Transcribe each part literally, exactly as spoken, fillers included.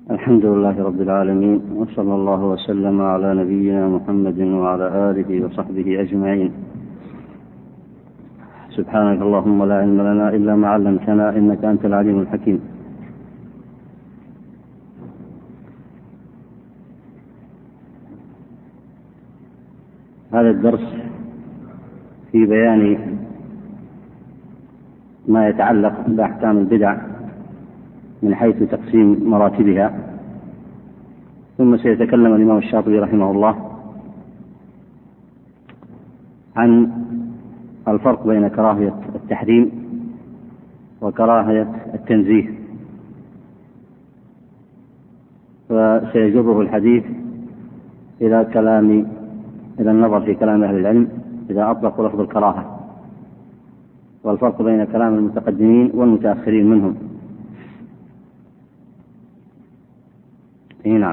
الحمد لله رب العالمين، وصلى الله وسلم على نبينا محمد وعلى آله وصحبه أجمعين. سبحانك اللهم لا علم لنا إلا ما علمتنا إنك أنت العليم الحكيم. هذا الدرس في بيان ما يتعلق بأحكام البدع من حيث تقسيم مراتبها، ثم سيتكلم الإمام الشاطبي رحمه الله عن الفرق بين كراهية التحريم وكراهية التنزيه، فسيجره الحديث إلى كلام إلى النظر في كلام أهل العلم إذا أطلقوا لفظ الكراهة، والفرق بين كلام المتقدمين والمتأخرين منهم. إيه نعم.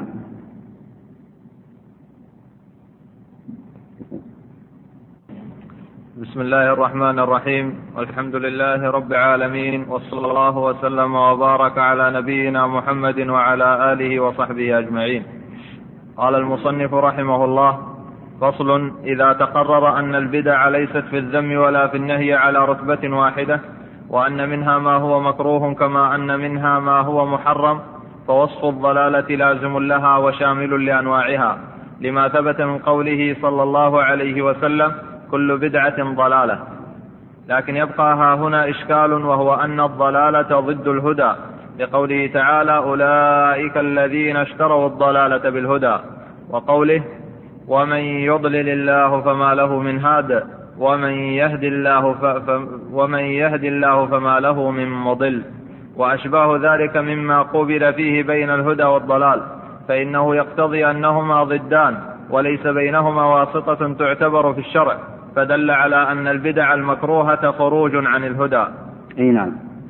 بسم الله الرحمن الرحيم، والحمد لله رب العالمين، وصلى الله وسلم وبارك على نبينا محمد وعلى آله وصحبه أجمعين. قال المصنف رحمه الله: فصل: إذا تقرر أن البدع ليست في الذم ولا في النهي على رتبة واحدة، وأن منها ما هو مكروه كما أن منها ما هو محرم، فوصف الضلالة لازم لها وشامل لأنواعها، لما ثبت من قوله صلى الله عليه وسلم: كل بدعة ضلالة. لكن يبقى ها هنا إشكال، وهو أن الضلالة ضد الهدى، لقوله تعالى: أولئك الذين اشتروا الضلالة بالهدى، وقوله: ومن يضلل الله فما له من هاد، ومن يهد الله, ف... ف... ومن يهد الله فما له من مضل، وأشباه ذلك مما قبل فيه بين الهدى والضلال، فإنه يقتضي أنهما ضدان وليس بينهما واسطة تعتبر في الشرع، فدل على أن البدع المكروهة خروج عن الهدى. أي نعم.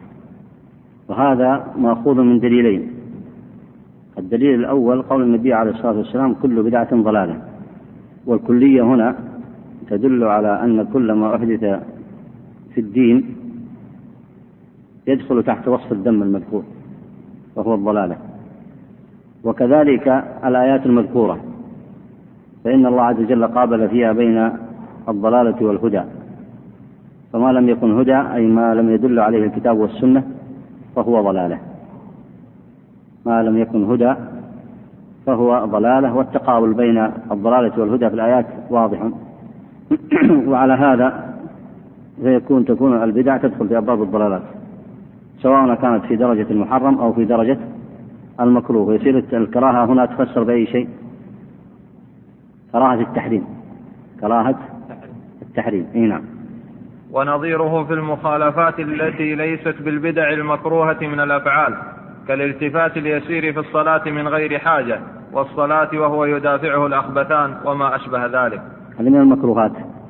وهذا مأخوذ من دليلين: الدليل الأول قول النبي عليه الصلاة والسلام: كل بدعة ضلالة، والكلية هنا تدل على أن كل ما أحدث في الدين يدخل تحت وصف الذم المذكور وهو الضلالة. وكذلك الآيات المذكورة، فإن الله عز وجل قابل فيها بين الضلالة والهدى، فما لم يكن هدى أي ما لم يدل عليه الكتاب والسنة فهو ضلالة، ما لم يكن هدى فهو ضلالة، والتقابل بين الضلالة والهدى في الآيات واضح. وعلى هذا فيكون تكون البدع تدخل في أبواب الضلالات، سواء كانت في درجة المحرم أو في درجة المكروه. ويصير الكراهة هنا تفسر بأي شيء: كراهة التحريم، كراهة التحريم. إيه نعم. ونظيره في المخالفات التي ليست بالبدع المكروهة من الأفعال، كالالتفات اليسير في الصلاة من غير حاجة، والصلاة وهو يدافعه الأخبثان، وما أشبه ذلك. هذه من المكروهات،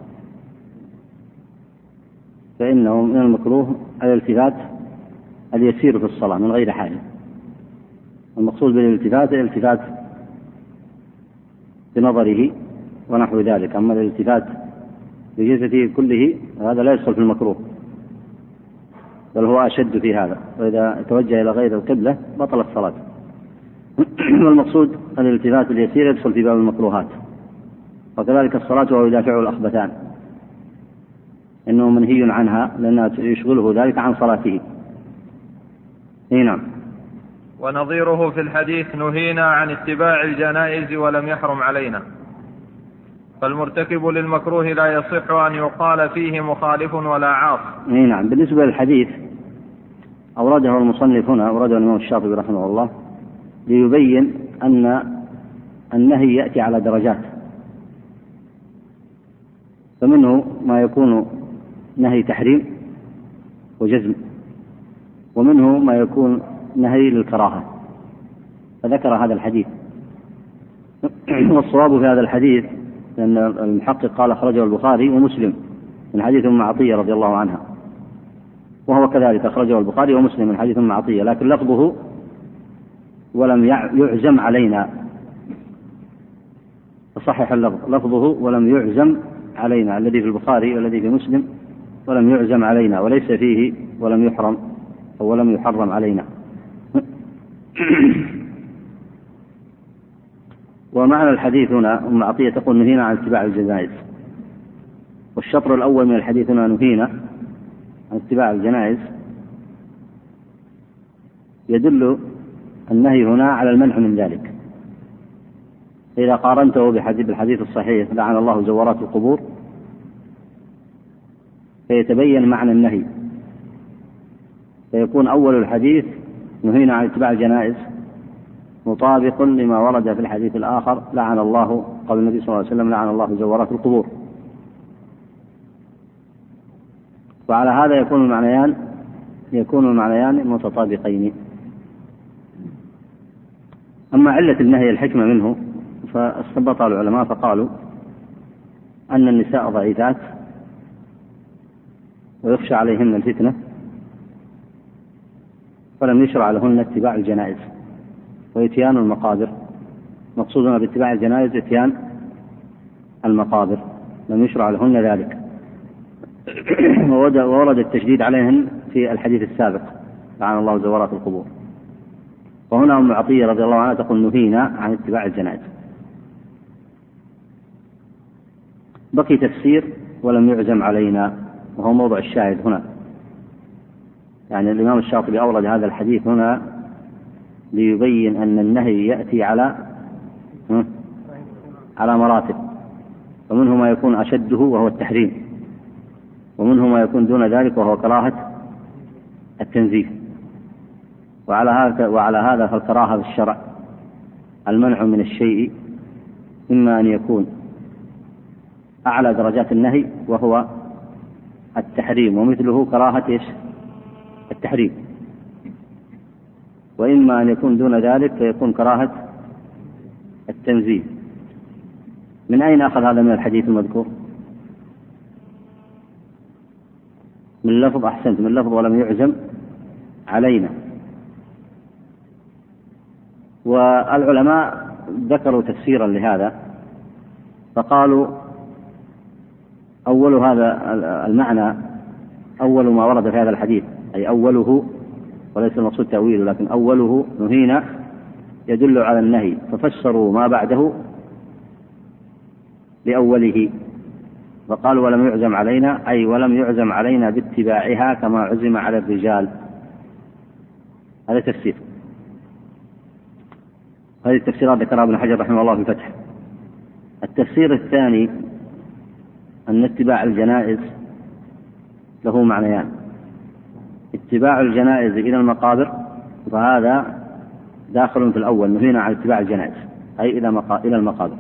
فإنه من المكروه الالتفات اليسير في الصلاة من غير حاجة. المقصود بالالتفات الالتفات بنظره ونحو ذلك، أما الالتفات بجسده كله هذا لا يدخل في المكروه، بل هو أشد في هذا، وإذا توجه إلى غير القبلة بطلت الصلاة. والمقصود الالتفات اليسير يدخل في باب المكروهات. وكذلك الصلاة وهو يدافعه الأخبثان، إنه منهي عنها لأنها يشغله ذلك عن صلاته. إيه نعم. ونظيره في الحديث: نهينا عن اتباع الجنائز ولم يحرم علينا. فالمرتكب للمكروه لا يصح أن يقال فيه مخالف ولا عاص. إيه نعم. بالنسبة للحديث أورده المصنف هنا، أورده الإمام الشاطبي رحمه الله ليبين أن النهي يأتي على درجات، فمنه ما يكون نهي تحريم وجزم، ومنه ما يكون نهي للكراهة، فذكر هذا الحديث. والصواب في هذا الحديث لأن المحقق قال أخرجه البخاري ومسلم من حديث أم عطية رضي الله عنها، وهو كذلك أخرجه البخاري ومسلم من حديث أم عطية، لكن لفظه ولم يعزم علينا، فصحح اللفظ، لفظه ولم يعزم علينا، الذي في البخاري والذي في مسلم ولم يعزم علينا، وليس فيه ولم يحرم أو ولم يحرم علينا. ومعنى الحديث هنا أم عطية تقول نهينا عن اتباع الجنائز، والشطر الأول من الحديث هنا نهينا عن اتباع الجنائز يدل النهي هنا على المنع من ذلك. إذا قارنته بالحديث الصحيح لعن الله زوارات القبور فيتبين معنى النهي، فيكون أول الحديث نهينا عن اتباع الجنائز مطابق لما ورد في الحديث الآخر لعن الله قال النبي صلى الله عليه وسلم لعن الله زوارات القبور. وعلى هذا يكون المعنيان يكون المعنيان متطابقين. أما علة النهي الحكمة منه فاستنبط العلماء فقالوا أن النساء ضعيفات ويخشى عليهن الفتنة، فلم يشرع لهن اتباع الجنائز وإتيان المقابر. مقصودنا باتباع الجنائز إتيان المقابر، لم يشرع لهن ذلك. وورد التشديد عليهن في الحديث السابق لعن الله زوارات القبور. وهنا أم عطية رضي الله عنها تقول نهينا عن اتباع الجنائز. بقي تفسير ولم يعزم علينا، وهو موضع الشاهد هنا. يعني الإمام الشاطبي أورد هذا الحديث هنا ليبين أن النهي يأتي على على مراتب، ومنه ما يكون أشده وهو التحريم، ومنه ما يكون دون ذلك وهو كراهة التنزيه. وعلى هذا وعلى هذا فالكراهة في الشرع المنع من الشيء إما أن يكون أعلى درجات النهي وهو التحريم، ومثله كراهة إيش؟ التحريم، وإما أن يكون دون ذلك فيكون كراهة التنزيه. من أين أخذ هذا من الحديث المذكور؟ من اللفظ، أحسنت، من اللفظ ولم يعزم علينا. والعلماء ذكروا تفسيرا لهذا فقالوا أول هذا المعنى أول ما ورد في هذا الحديث، أي أوله وليس المقصود تأويله، لكن أوله نهينا يدل على النهي، ففسروا ما بعده لأوله فقالوا ولم يعزم علينا، أي ولم يعزم علينا باتباعها كما عزم على الرجال. هذا تفسير، هذه التفسيرات ذكرها ابن حجر رحمه الله في الفتح. التفسير الثاني أن اتباع الجنائز له معنيان: اتباع الجنائز إلى المقابر، فهذا داخل في الأول نهينا عن اتباع الجنائز أي إلى المقابر.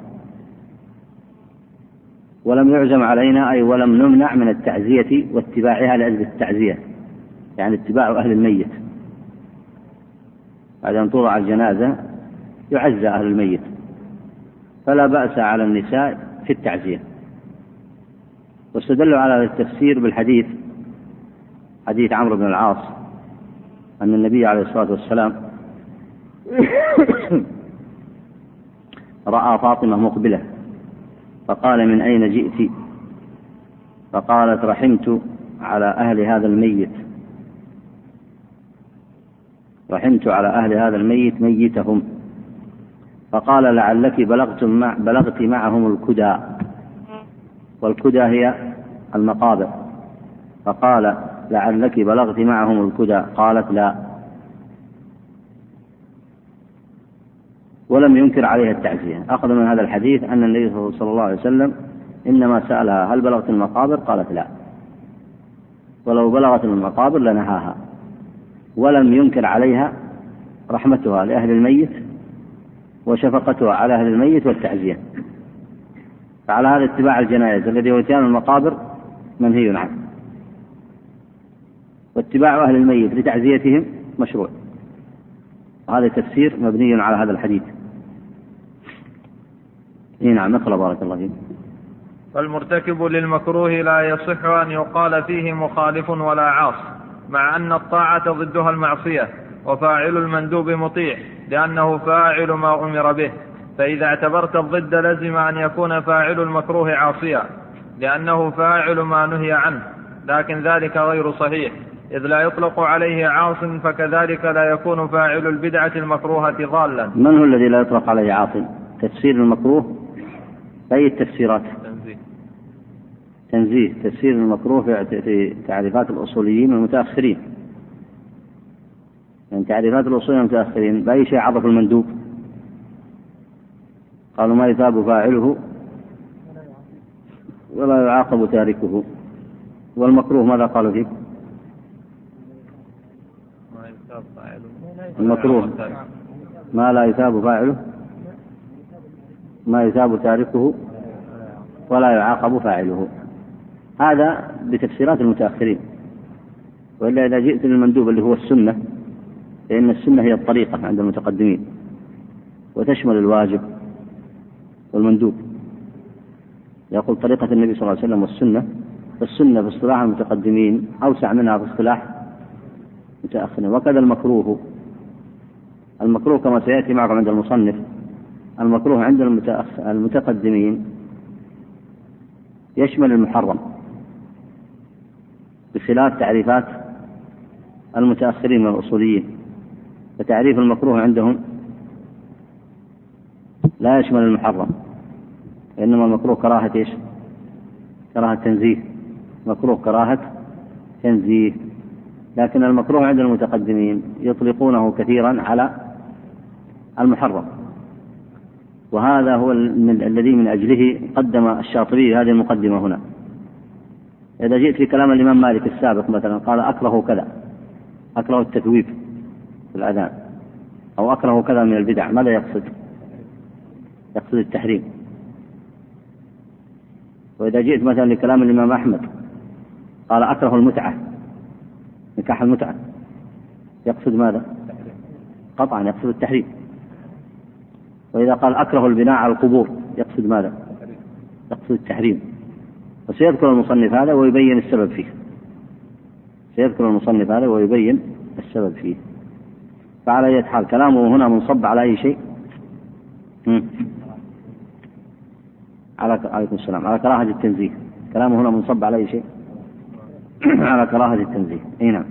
ولم يعزم علينا أي ولم نمنع من التعزية واتباعها لأجل التعزية، يعني اتباع أهل الميت. بعد أن توضع الجنازة يعزى أهل الميت، فلا بأس على النساء في التعزية. واستدلوا على التفسير بالحديث حديث عمرو بن العاص أن النبي عليه الصلاة والسلام رأى فاطمة مقبلة فقال من أين جئت؟ فقالت رحمت على أهل هذا الميت رحمت على أهل هذا الميت ميتهم. فقال لعلك بلغت, مع بلغت معهم الكدى، والكدى هي المقابر. فقال لعلك بلغت معهم الكدى، قالت لا، ولم ينكر عليها التعزية. أخذ من هذا الحديث أن النبي صلى الله عليه وسلم إنما سألها هل بلغت المقابر؟ قالت لا، ولو بلغت المقابر لنهاها، ولم ينكر عليها رحمتها لأهل الميت وشفقتها على أهل الميت والتعزية. فعلى هذا اتباع الجنائز الذي هو اتيان المقابر منهي عنه، واتباع أهل الميت لتعزيتهم مشروع. وهذا تفسير مبني على هذا الحديث. إيه نعم، نقرأ بارك الله فيك. فالمرتكب للمكروه لا يصح أن يقال فيه مخالف ولا عاص، مع أن الطاعة ضدها المعصية، وفاعل المندوب مطيع لأنه فاعل ما أمر به. فإذا اعتبرت الضد لزم أن يكون فاعل المكروه عاصيا لأنه فاعل ما نهي عنه، لكن ذلك غير صحيح، إذ لا يطلق عليه عاص، فكذلك لا يكون فاعل البدعة المكروهة ضالا. من هو الذي لا يطلق عليه عاص؟ تفسير المكروه أي التفسيرات؟ تنزيه. تنزيه تفسير المكروه في تعريفات الأصوليين والمتأخرين. يعني تعريفات الأصوليين والمتأخرين بأي شيء عرف المندوب؟ قالوا ما يثاب فاعله ولا يعاقب تاركه. والمكروه ماذا قالوا فيه؟ ما يثاب فاعله. المكروه ما لا يثاب فاعله ما يثاب تاركه ولا يعاقب فاعله. هذا بتفسيرات المتأخرين. وإلا إذا جئت للمندوب اللي هو السنة، لأن السنة هي الطريقة عند المتقدمين وتشمل الواجب والمندوب. يقول طريقة النبي صلى الله عليه وسلم والسنة، فالسنة في اصطلاح المتقدمين أوسع منها في اصطلاح متأخرين. وكذا المكروه. المكروه كما سيأتي معكم عند المصنف، المكروه عند المتقدمين يشمل المحرم بخلاف تعريفات المتأخرين من الأصوليين. فتعريف المكروه عندهم لا يشمل المحرم، إنما المكروه كراهة إيش؟ كراهة تنزيه، مكروه كراهة تنزيه. لكن المكروه عند المتقدمين يطلقونه كثيرا على المحرم، وهذا هو الذي من أجله قدم الشاطبي هذه المقدمة هنا. إذا جئت في كلام الإمام مالك السابق مثلا قال أكره كذا، أكره التثويب في الأذان، أو أكره كذا من البدع، ماذا يقصد؟ يقصد التحريم. وإذا جئت مثلا لكلام الإمام أحمد قال أكره المتعة، نكاح المتعة، يقصد ماذا؟ قطعا يقصد التحريم. وإذا قال أكره البناء على القبور يقصد ماذا؟ يقصد التحريم. وسيذكر المصنف هذا ويبين السبب فيه، سيذكر المصنف هذا ويبين السبب فيه. فعلى أي حال كلامه هنا منصب على أي شيء؟ على عليكم السلام، على كراهة التنزيه. كلامه هنا منصب على أي شيء؟ على كراهة التنزيه. أي نعم.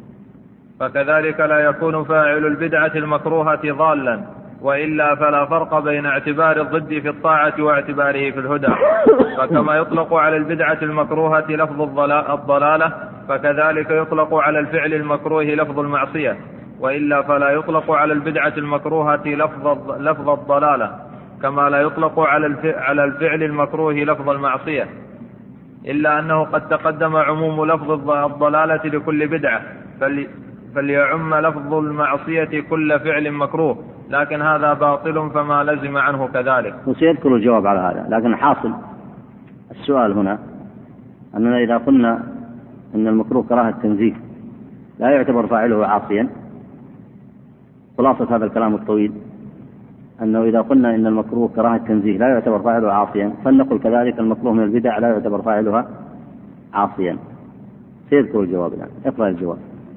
فكذلك لا يكون فاعل البدعة المكروهة ضالا، وإلا فلا فرق بين اعتبار الضد في الطاعة واعتباره في الهدى. فكما يطلق على البدعة المكروهة لفظ الضلالة، فكذلك يطلق على الفعل المكروه لفظ المعصية، وإلا فلا يطلق على البدعة المكروهة لفظ لفظ الضلالة، كما لا يطلق على الفعل المكروه لفظ المعصية، إلا أنه قد تقدم عموم لفظ الضلالة لكل بدعة، فليعم لفظ المعصية كل فعل مكروه، لكن هذا باطل فما لزم عنه كذلك. وسيذكر الجواب على هذا. لكن حاصل السؤال هنا أننا إذا قلنا أن المكروه كراهة تنزيه لا يعتبر فاعله عاصيا، خلاصة هذا الكلام الطويل أنه إذا قلنا إن المكروه كراهة تنزيه لا يعتبر فاعله عاصيا، فلنقل كذلك المكروه من البدع لا يعتبر فاعلها عاصيا. سيذكر الجواب الآن. اقرأ الجواب.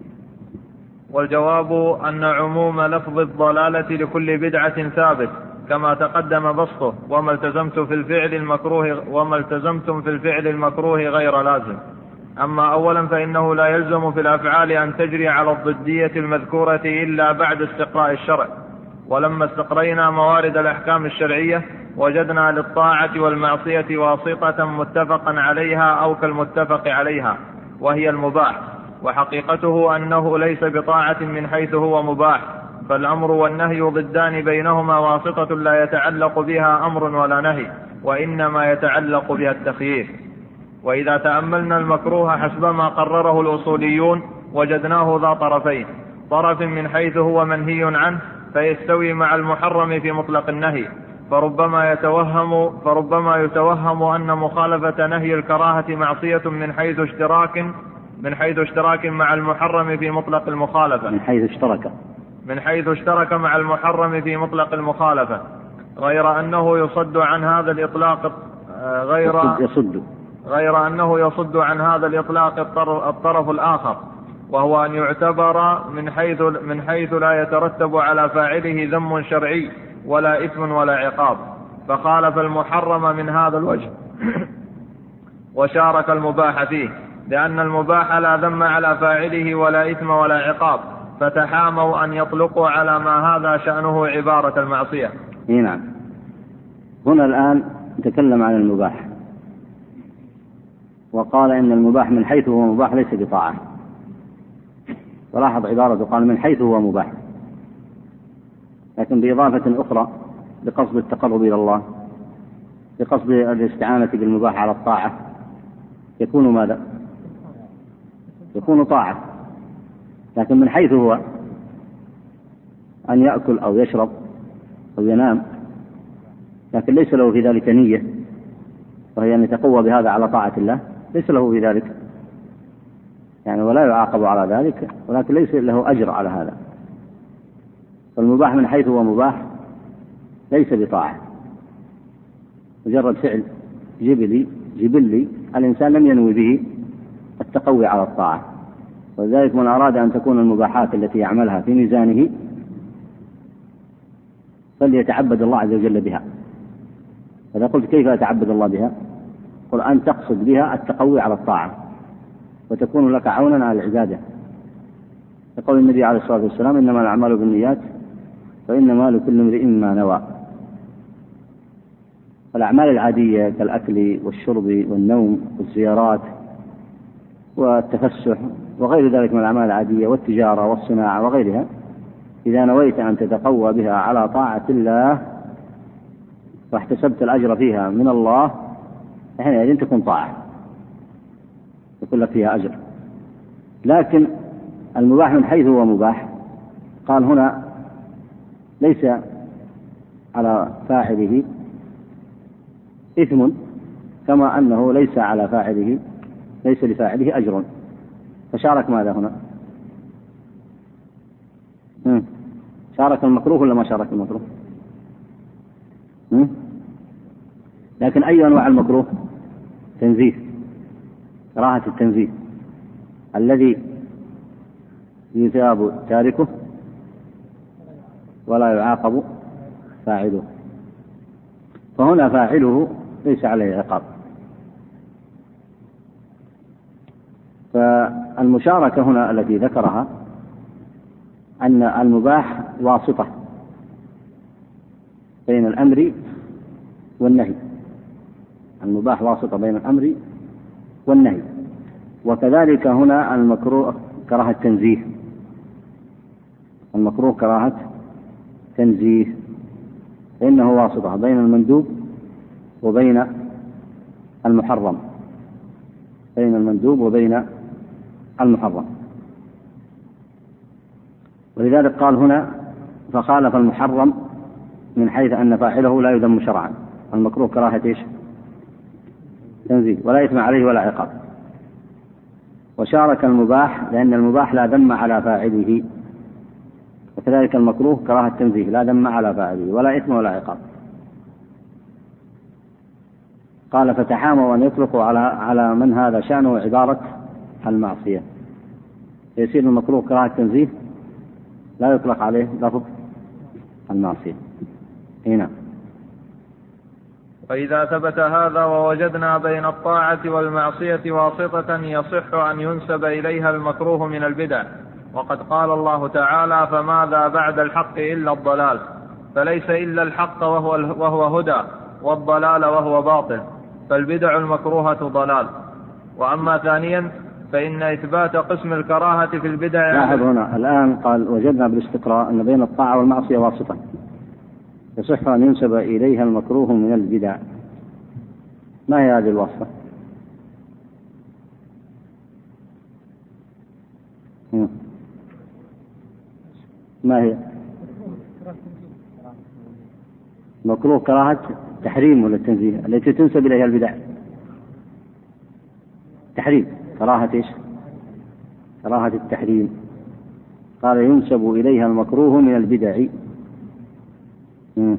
والجواب أن عموم لفظ الضلالة لكل بدعة ثابت كما تقدم بسطه، وما التزمت في الفعل المكروه وما التزمتم في الفعل المكروه غير لازم. أما أولا فإنه لا يلزم في الأفعال أن تجري على الضدية المذكورة إلا بعد استقراء الشرع. ولما استقرينا موارد الأحكام الشرعية وجدنا للطاعة والمعصية واسطة متفقا عليها أو كالمتفق عليها، وهي المباح، وحقيقته أنه ليس بطاعة من حيث هو مباح، فالأمر والنهي ضدان بينهما واسطة لا يتعلق بها أمر ولا نهي، وإنما يتعلق بها التخيير. وإذا تأملنا المكروه حسب ما قرره الأصوليون وجدناه ذا طرفين، طرف من حيث هو منهي عنه فيستوي مع المحرم في مطلق النهي، فربما يتوهم فربما يتوهم أن مخالفة نهي الكراهة معصية من حيث اشتراك من حيث اشتراك مع المحرم في مطلق المخالفة من حيث اشترك من حيث اشترك مع المحرم في مطلق المخالفة، غير أنه يصد عن هذا الإطلاق غير يصد غير أنه يصد عن هذا الإطلاق الطرف الآخر، وهو أن يعتبر من حيث من حيث لا يترتب على فاعله ذم شرعي ولا إثم ولا عقاب، فخالف المحرم من هذا الوجه وشارك المباح فيه، لأن المباح لا ذم على فاعله ولا إثم ولا عقاب، فتحاموا أن يطلقوا على ما هذا شأنه عبارة المعصية. نعم. هنا الآن نتكلم عن المباح، وقال إن المباح من حيث هو مباح ليس بطاعة. ولاحظ عبارته قال من حيث هو مباح، لكن بإضافة أخرى بقصد التقرب إلى الله، بقصد الاستعانة بالمباح على الطاعة، يكون ماذا؟ يكون طاعة. لكن من حيث هو أن يأكل أو يشرب أو ينام، لكن ليس له في ذلك نية، وهي أن يتقوى بهذا على طاعة الله، ليس له في ذلك يعني، ولا يعاقب على ذلك، ولكن ليس له أجر على هذا. فالمباح من حيث هو مباح ليس بطاعة، مجرد فعل جبلي جبلي الإنسان لم ينوي به التقوي على الطاعة. ولذلك من أراد أن تكون المباحات التي يعملها في ميزانه فليتعبد الله عز وجل بها. فإذا قلت كيف أتعبد الله بها؟ قل أن تقصد بها التقوي على الطاعة وتكون لك عونا على العبادة. يقول النبي عليه الصلاة والسلام إنما الأعمال بالنيات فإنما لكل امرئ ما نوى. الأعمال العادية كالأكل والشرب والنوم والزيارات والتفسح وغير ذلك من الأعمال العادية والتجارة والصناعة وغيرها، إذا نويت أن تتقوى بها على طاعة الله واحتسبت الأجر فيها من الله، حينئذ تكون طاعة يكون لك فيها أجر. لكن المباح من حيث هو مباح قال هنا ليس على فاعله إثم، كما أنه ليس على فاعله ليس لفاعله أجر. فشارك ماذا هنا؟ مم. شارك المكروه ولا ما شارك المكروه؟ مم. لكن أي أنواع المكروه؟ تنزيه، كراهة التنزيه الذي يثاب تاركه ولا يعاقب فاعله، فهنا فاعله ليس عليه عقاب. فالمشاركة هنا التي ذكرها أن المباح واسطة بين الأمر والنهي، المباح واسطة بين الأمر والنهي. وكذلك هنا المكروه كراهة تنزيه، المكروه كراهة تنزيه فإنه واسطة بين المندوب وبين المحرم، بين المندوب وبين المحرم. ولذلك قال هنا فخالف المحرم من حيث أن فاعله لا يذم شرعا. المكروه كراهة إيش؟ تنزيه، ولا إثم عليه ولا عقاب. وشارك المباح لأن المباح لا ذم على فاعله، وكذلك المكروه كراهة تنزيه لا ذم على فاعله ولا إثم ولا عقاب. قال فتحاموا أن يطلقوا على على من هذا شأنه عبارة المعصية، يصير المكروه كراهة تنزيه لا يطلق عليه لفظ المعصية هنا. وإذا ثبت هذا ووجدنا بين الطاعة والمعصية واسطة يصح أن ينسب إليها المكروه من البدع، وقد قال الله تعالى فماذا بعد الحق إلا الضلال، فليس إلا الحق وهو, وهو هدى والضلال وهو باطل، فالبدع المكروهة ضلال. وأما ثانيا فإن إثبات قسم الكراهة في البدع. لاحظ هنا الآن قال وجدنا بالاستقراء أن بين الطاعة والمعصية واسطة يصح أن ينسب إليها المكروه من البدع. ما هي هذه الواسطة؟ ما هي؟ مكروه كراهة تحريم ولا التنزيه التي تنسب إليها البدع؟ تحريم، كراهة إيش؟ كراهة التحريم. قال ينسب إليها المكروه من البدع. مم.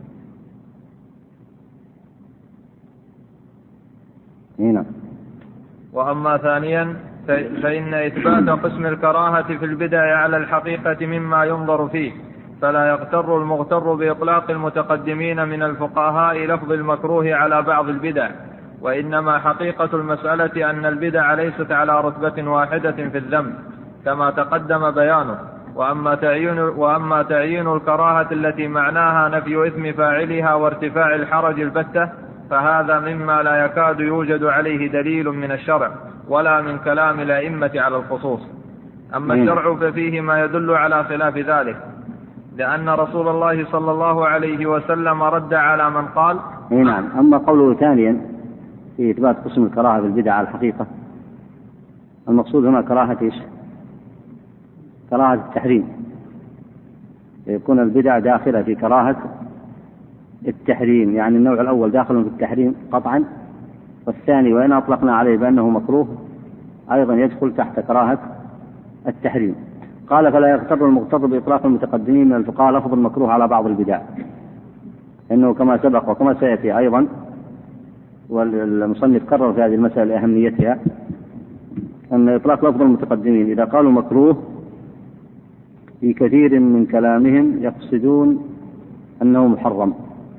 هنا. وأما ثانيا فإن إثبات قسم الكراهة في البدع على الحقيقة مما ينظر فيه، فلا يغتر المغتر بإطلاق المتقدمين من الفقهاء لفظ المكروه على بعض البدع، وإنما حقيقة المسألة أن البدع ليست على رتبة واحدة في الذنب كما تقدم بيانه، وأما تعيين, وأما تعيين الكراهة التي معناها نفي إثم فاعلها وارتفاع الحرج البتة فهذا مما لا يكاد يوجد عليه دليل من الشرع ولا من كلام الأئمة على الخصوص. أما الشرع ففيه ما يدل على خلاف ذلك، لأن رسول الله صلى الله عليه وسلم رد على من قال. نعم. أما قوله ثانيا في إثبات قسم الكراهة بالبدع على الحقيقة، المقصود هنا كراهة إيش؟ كراهة التحريم، يكون البدع داخلة في كراهة التحريم، يعني النوع الأول داخل في التحريم قطعا، والثاني وإن أطلقنا عليه بأنه مكروه أيضا يدخل تحت كراهة التحريم. قال فلا يغتر المغتر بإطلاق المتقدمين من الفقهاء لفظ المكروه على بعض البدع، إنه كما سبق وكما سيأتي أيضا، والمصنف كرر في هذه المسألة لأهميتها، أن إطلاق لفظ المتقدمين إذا قالوا مكروه في كثير من كلامهم يقصدون أنه محرم،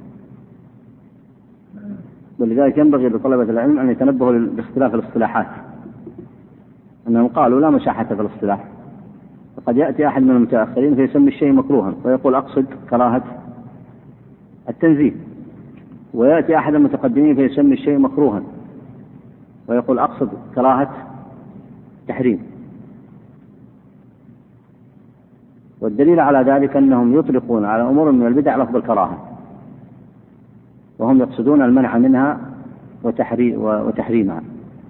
ولذلك ينبغي لطلبة العلم أن يتنبهوا لاختلاف الاصطلاحات، أنهم قالوا لا مشاحة في الاصطلاح، فقد يأتي أحد من المتأخرين فيسمي الشيء مكروها ويقول أقصد كراهة التنزيه، ويأتي أحد المتقدمين فيسمي الشيء مكروها ويقول أقصد كراهة التحريم. والدليل على ذلك أنهم يطلقون على أمور من البدع لفظ الكراهة، وهم يقصدون المنع منها وتحريمها،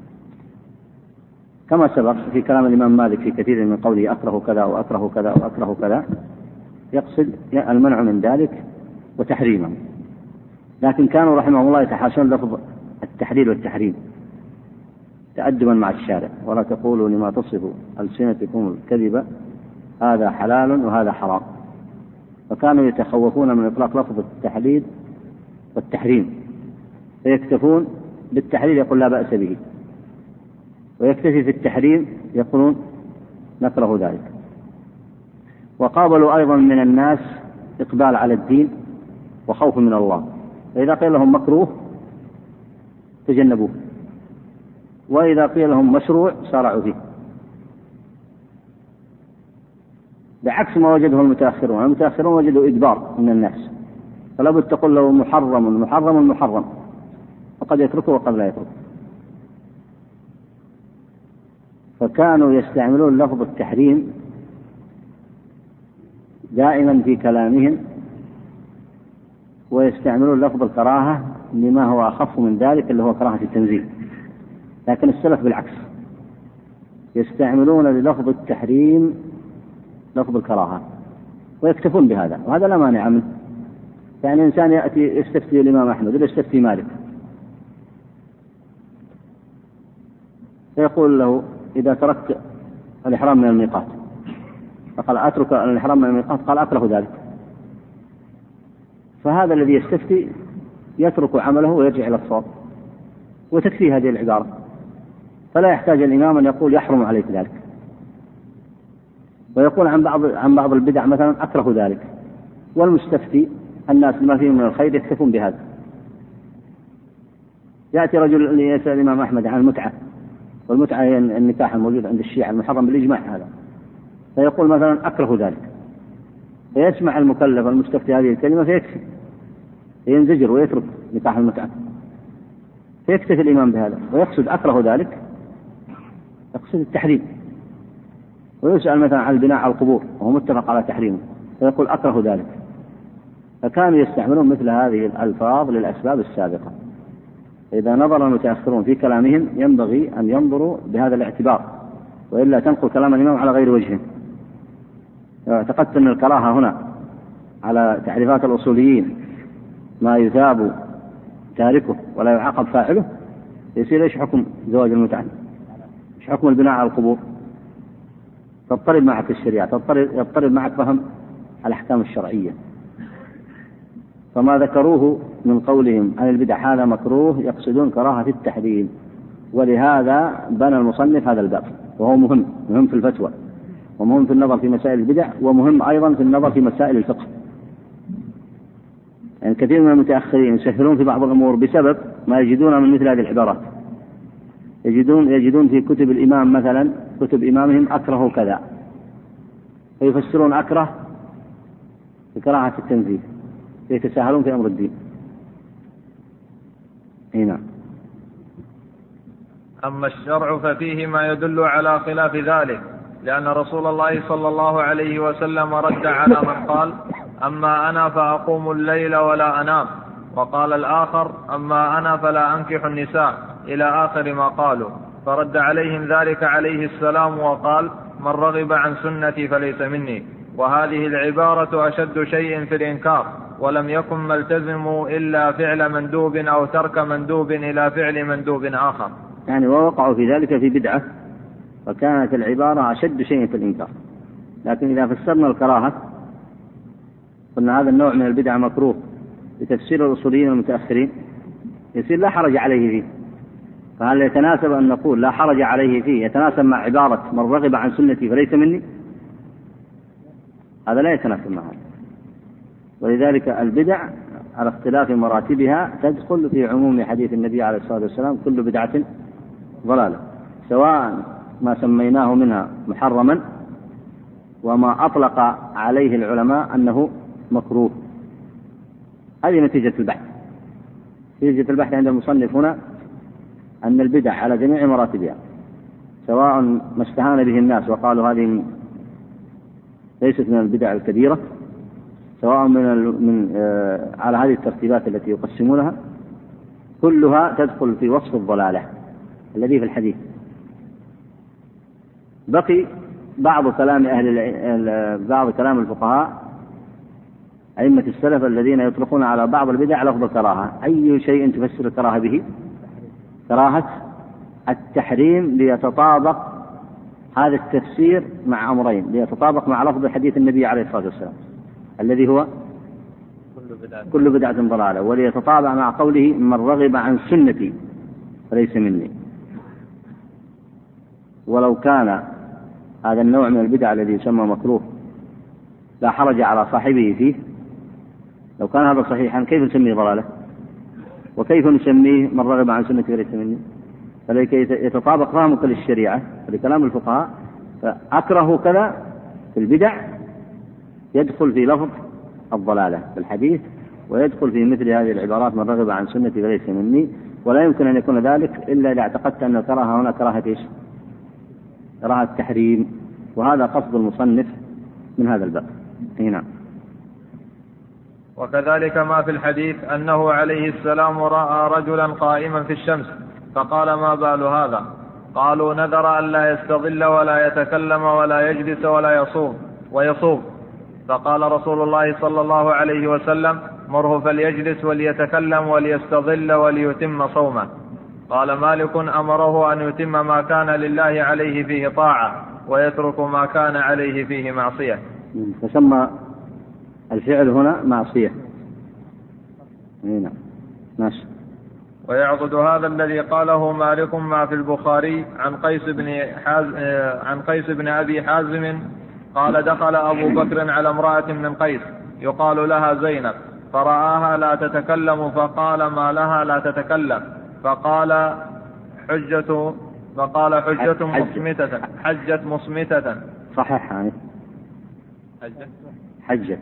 كما سبق في كلام الإمام مالك في كثير من قوله أكره كذا وأكره كذا وأكره كذا، يقصد المنع من ذلك وتحريمه. لكن كانوا رحمه الله يتحاشون لفظ التحليل والتحريم تأدبا مع الشارع، ولا تقولوا لما تصف ألسنتكم الكذب هذا حلال وهذا حرام، فكانوا يتخوفون من إطلاق لفظ التحليل والتحريم، فيكتفون بالتحليل يقول لا بأس به، ويكتفي في التحريم يقولون نكره ذلك. وقابلوا أيضا من الناس إقبال على الدين وخوف من الله، فإذا قيل لهم مكروه تجنبوه، وإذا قيل لهم مشروع سارعوا فيه، بعكس ما وجده المتأخرون. المتأخرون وجدوا إجبار من الناس، فلا بد تقول له محرم محرم محرم، وقد يتركه وقد لا يتركه. فكانوا يستعملون لفظ التحريم دائما في كلامهم، ويستعملون لفظ الكراهة لما هو أخف من ذلك اللي هو كراهة التنزيه. لكن السلف بالعكس، يستعملون للفظ التحريم لفظ الكراهة ويكتفون بهذا، وهذا لا مانع منه. يعني إنسان يأتي يستفتي الإمام أحمد ولا يستفتي مالك، فيقول له إذا تركت الإحرام من الميقات، فقال أترك الإحرام من الميقات، قال أكره ذلك، فهذا الذي يستفتي يترك عمله ويرجع إلى الصواب، وتكفي هذه العبارة، فلا يحتاج الإمام أن يقول يحرم عليك ذلك. ويقول عن بعض عن بعض البدع مثلا أكره ذلك، والمستفتي الناس ما فيهم من الخير يكتفون بهذا. يأتي رجل يسأل الإمام أحمد عن المتعة، والمتعة هي النكاح الموجود عند الشيعة المحرم بالإجماع هذا، فيقول مثلا أكره ذلك، فيسمع المكلف المستفتي هذه الكلمة فيكفي، ينزجر ويترك نكاح المتعة، فيكتفي الإمام بهذا ويقصد أكره ذلك، يقصد التحريم. ويسأل مثلا عن البناء على القبور وهو متفق على تحريمه، فيقول أكره ذلك. فكانوا يستعملون مثل هذه الألفاظ للأسباب السابقة. إذا نظر المتأخرون في كلامهم ينبغي أن ينظروا بهذا الاعتبار، وإلا تنقل كلام الإمام على غير وجهه. اعتقدت أن الكراهة هنا على تعريفات الأصوليين ما يثاب تاركه ولا يعاقب فاعله، يصير إيش حكم زواج المتعة؟ إيش حكم البناء على القبور؟ تضطرب معك الشريعة، تضطرب, يضطرب معك فهم الأحكام الشرعية. فما ذكروه من قولهم عن البدع هذا مكروه يقصدون كراهة التحريم، ولهذا بنى المصنف هذا الباب، وهو مهم مهم في الفتوى، ومهم في النظر في مسائل البدع، ومهم أيضا في النظر في مسائل الفقه. يعني كثير من المتأخرين يسهلون في بعض الأمور بسبب ما يجدون من مثل هذه العبارات. يجدون يجدون في كتب الإمام مثلا، كتب إمامهم أكره كذا، فيفسرون أكره بكراهة التنزيه، يتساهلون في أمر الدين. هنا أما الشرع ففيه ما يدل على خلاف ذلك، لأن رسول الله صلى الله عليه وسلم رد على من قال أما أنا فأقوم الليل ولا أنام، وقال الآخر أما أنا فلا أنكح النساء، إلى آخر ما قالوا، فرد عليهم ذلك عليه السلام وقال من رغب عن سنتي فليس مني. وهذه العبارة أشد شيء في الإنكار، ولم يكن ملتزم إلا فعل مندوب أو ترك مندوب إلى فعل مندوب آخر. يعني ووقعوا في ذلك في بدعة، وكانت العبارة أشد شيء في الإنكار. لكن إذا فسرنا الكراهة قلنا هذا النوع من البدع مكروه بتفسير الأصوليين المتأخرين، يصير لا حرج عليه فيه. فهل يتناسب أن نقول لا حرج عليه فيه يتناسب مع عبارة من رغب عن سنتي فليس مني؟ هذا لا يتناسب معها. ولذلك البدع على اختلاف مراتبها تدخل في عموم حديث النبي عليه الصلاة والسلام كل بدعة ضلالة، سواء ما سميناه منها محرما وما أطلق عليه العلماء أنه مكروه. هذه نتيجة البحث. نتيجة البحث عند المصنف هنا أن البدع على جميع مراتبها، سواء ما استهان به الناس وقالوا هذه ليست من البدع الكبيرة، سواء من, من آه على هذه الترتيبات التي يقسمونها، كلها تدخل في وصف الضلالة الذي في الحديث. بقي بعض كلام أهل بعض كلام الفقهاء أئمة السلف الذين يطلقون على بعض البدع لفظ الكراهة. أي شيء تفسر الكراهة به؟ كراهة التحريم، ليتطابق هذا التفسير مع أمرين، ليتطابق مع لفظ حديث النبي عليه الصلاة والسلام الذي هو كل بدعة ضلالة، وليتطابق مع قوله من رغب عن سنتي فليس مني. ولو كان هذا النوع من البدع الذي يسمى مكروه لا حرج على صاحبه فيه، لو كان هذا صحيحا كيف نسميه ضلالة؟ وكيف نسميه من رغب عن سنتي فليس مني؟ فلكي يتطابق فهمك للشريعة لكلام الفقهاء، فأكره كذا في البدع يدخل في لفظ الضلالة في الحديث، ويدخل في مثل هذه العبارات من رغب عن سنتي فليس مني. ولا يمكن أن يكون ذلك إلا إذا اعتقدت أن الكراهة هنا كراهة إيش؟ كراهة التحريم. وهذا قصد المصنف من هذا الباب. هنا وكذلك ما في الحديث أنه عليه السلام رأى رجلا قائما في الشمس فقال ما بال هذا؟ قالوا نذر أن لا يستظل ولا يتكلم ولا يجلس ولا يصوم ويصوم. فقال رسول الله صلى الله عليه وسلم مره فليجلس وليتكلم وليستظل وليتم صومه. قال مالك أمره أن يتم ما كان لله عليه فيه طاعة ويترك ما كان عليه فيه معصية. فسمى الفعل هنا معصية. هنا ماشي. ويعضد هذا الذي قاله مالك ما في البخاري عن قيس بن حازم عن قيس بن أبي حازم قال دخل أبو بكر على امرأة من قيس يقال لها زينب فرآها لا تتكلم فقال ما لها لا تتكلم؟ فقال حجة فقال حجة مصمتة حجة مصمتة صحيح يعني حجة حجة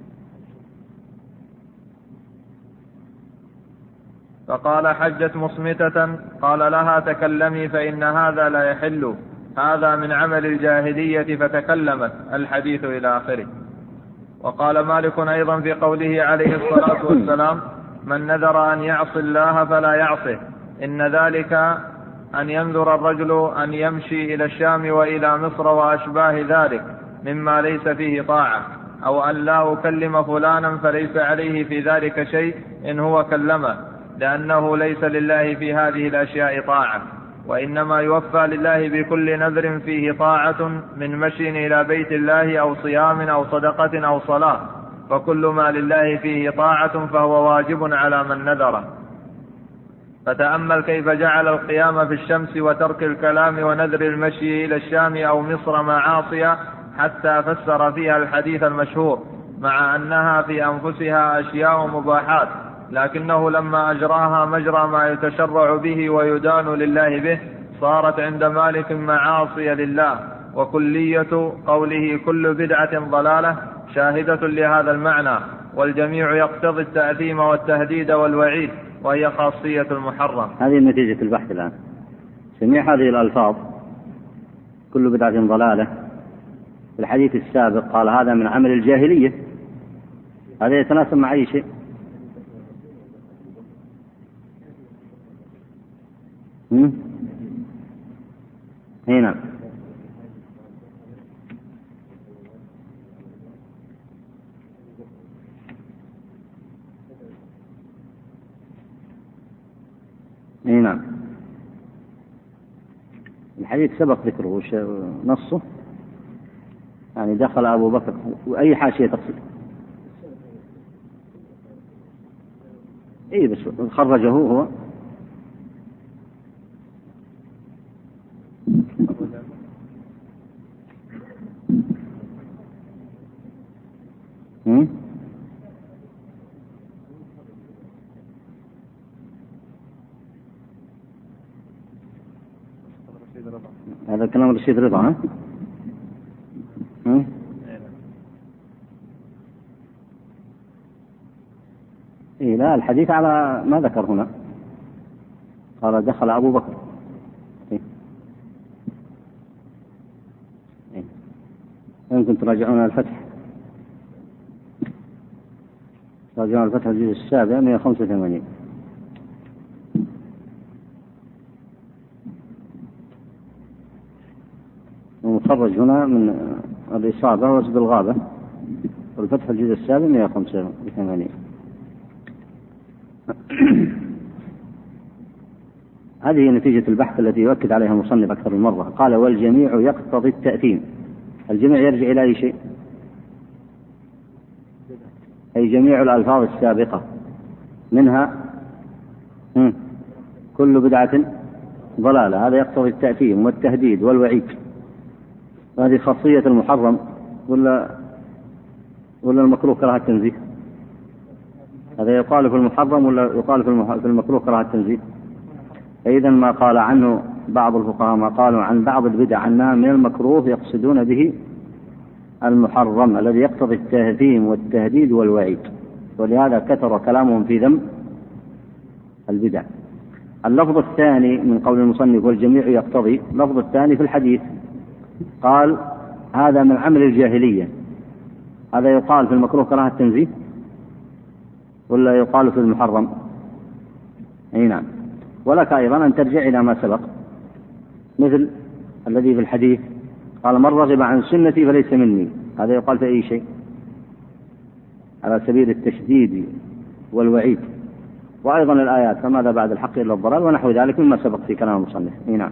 فقال حجة مصمتة. قال لها تكلمي فإن هذا لا يحل، هذا من عمل الجاهلية فتكلمت. الحديث إلى آخره. وقال مالك أيضا في قوله عليه الصلاة والسلام من نذر أن يعصي الله فلا يعصه، إن ذلك أن ينذر الرجل أن يمشي إلى الشام وإلى مصر وأشباه ذلك مما ليس فيه طاعة، أو أن لا أكلم فلانا فليس عليه في ذلك شيء إن هو كلمه، لأنه ليس لله في هذه الأشياء طاعة، وإنما يوفى لله بكل نذر فيه طاعة من مشي إلى بيت الله أو صيام أو صدقة أو صلاة، فكل ما لله فيه طاعة فهو واجب على من نذره. فتأمل كيف جعل القيام في الشمس وترك الكلام ونذر المشي إلى الشام أو مصر معاصية حتى فسر فيها الحديث المشهور، مع أنها في أنفسها أشياء مباحات، لكنه لما أجراها مجرى ما يتشرع به ويدان لله به صارت عند مالك معاصي لله، وكلية قوله كل بدعة ضلالة شاهدة لهذا المعنى، والجميع يقتضي التأثيم والتهديد والوعيد، وهي خاصية المحرم. هذه نتيجة البحث الآن. جميع هذه الألفاظ كل بدعة ضلالة في الحديث السابق قال هذا من عمل الجاهلية، هذا يتناسب مع أي شيء؟ هنا هنا الحديث سبق ذكره وش نصه؟ يعني دخل أبو بكر، وأي حاشية تقصد؟ إيه بس خرجه هو. هم؟ هذا كلام رشيد رضا. ها؟ هم؟ إيه لا، الحديث على ما ذكر هنا، قال دخل أبو بكر. إيه؟ إيه؟ يمكن تراجعون الفتح، تراجعون الفتح الجزء السابع مئة وخمسة وثمانين. ومخرج هنا من الإصابة وسب الغابة، والفتح الجزء السابع مئة وخمسة وثمانين. هذه نتيجة البحث التي يؤكد عليها المصنف أكثر من مرة. قال والجميع يقتضي التأثيم. الجميع يرجع إلى أي شيء؟ أي جميع الألفاظ السابقة، منها كل بدعة ضلالة، هذا يقتضي التأثيم والتهديد والوعيد. هذه خاصية المحرم ولا ولا المكروه كراهة التنزيه؟ هذا يقال في المحرم ولا يقال في المكروه كراهة التنزيه؟ إذن ما قال عنه بعض الفقهاء، ما قالوا عن بعض البدع أنها من المكروه، يقصدون به المحرم الذي يقتضي التهذيم والتهديد والوعيد، ولهذا كثر كلامهم في ذم البدع. اللفظ الثاني من قول المصنف والجميع يقتضي، اللفظ الثاني في الحديث قال هذا من عمل الجاهلية، هذا يقال في المكروه كراهة التنزيه ولا يقال في المحرم؟ أي نعم. ولك أيضا أن ترجع إلى ما سبق، مثل الذي في الحديث قال من رغب عن سنتي فليس مني، هذا يقال في أي شيء؟ على سبيل التشديد والوعيد. وأيضا الآيات فماذا بعد الحق إلا الضلال ونحو ذلك مما سبق في كلام المصنف. أي نعم.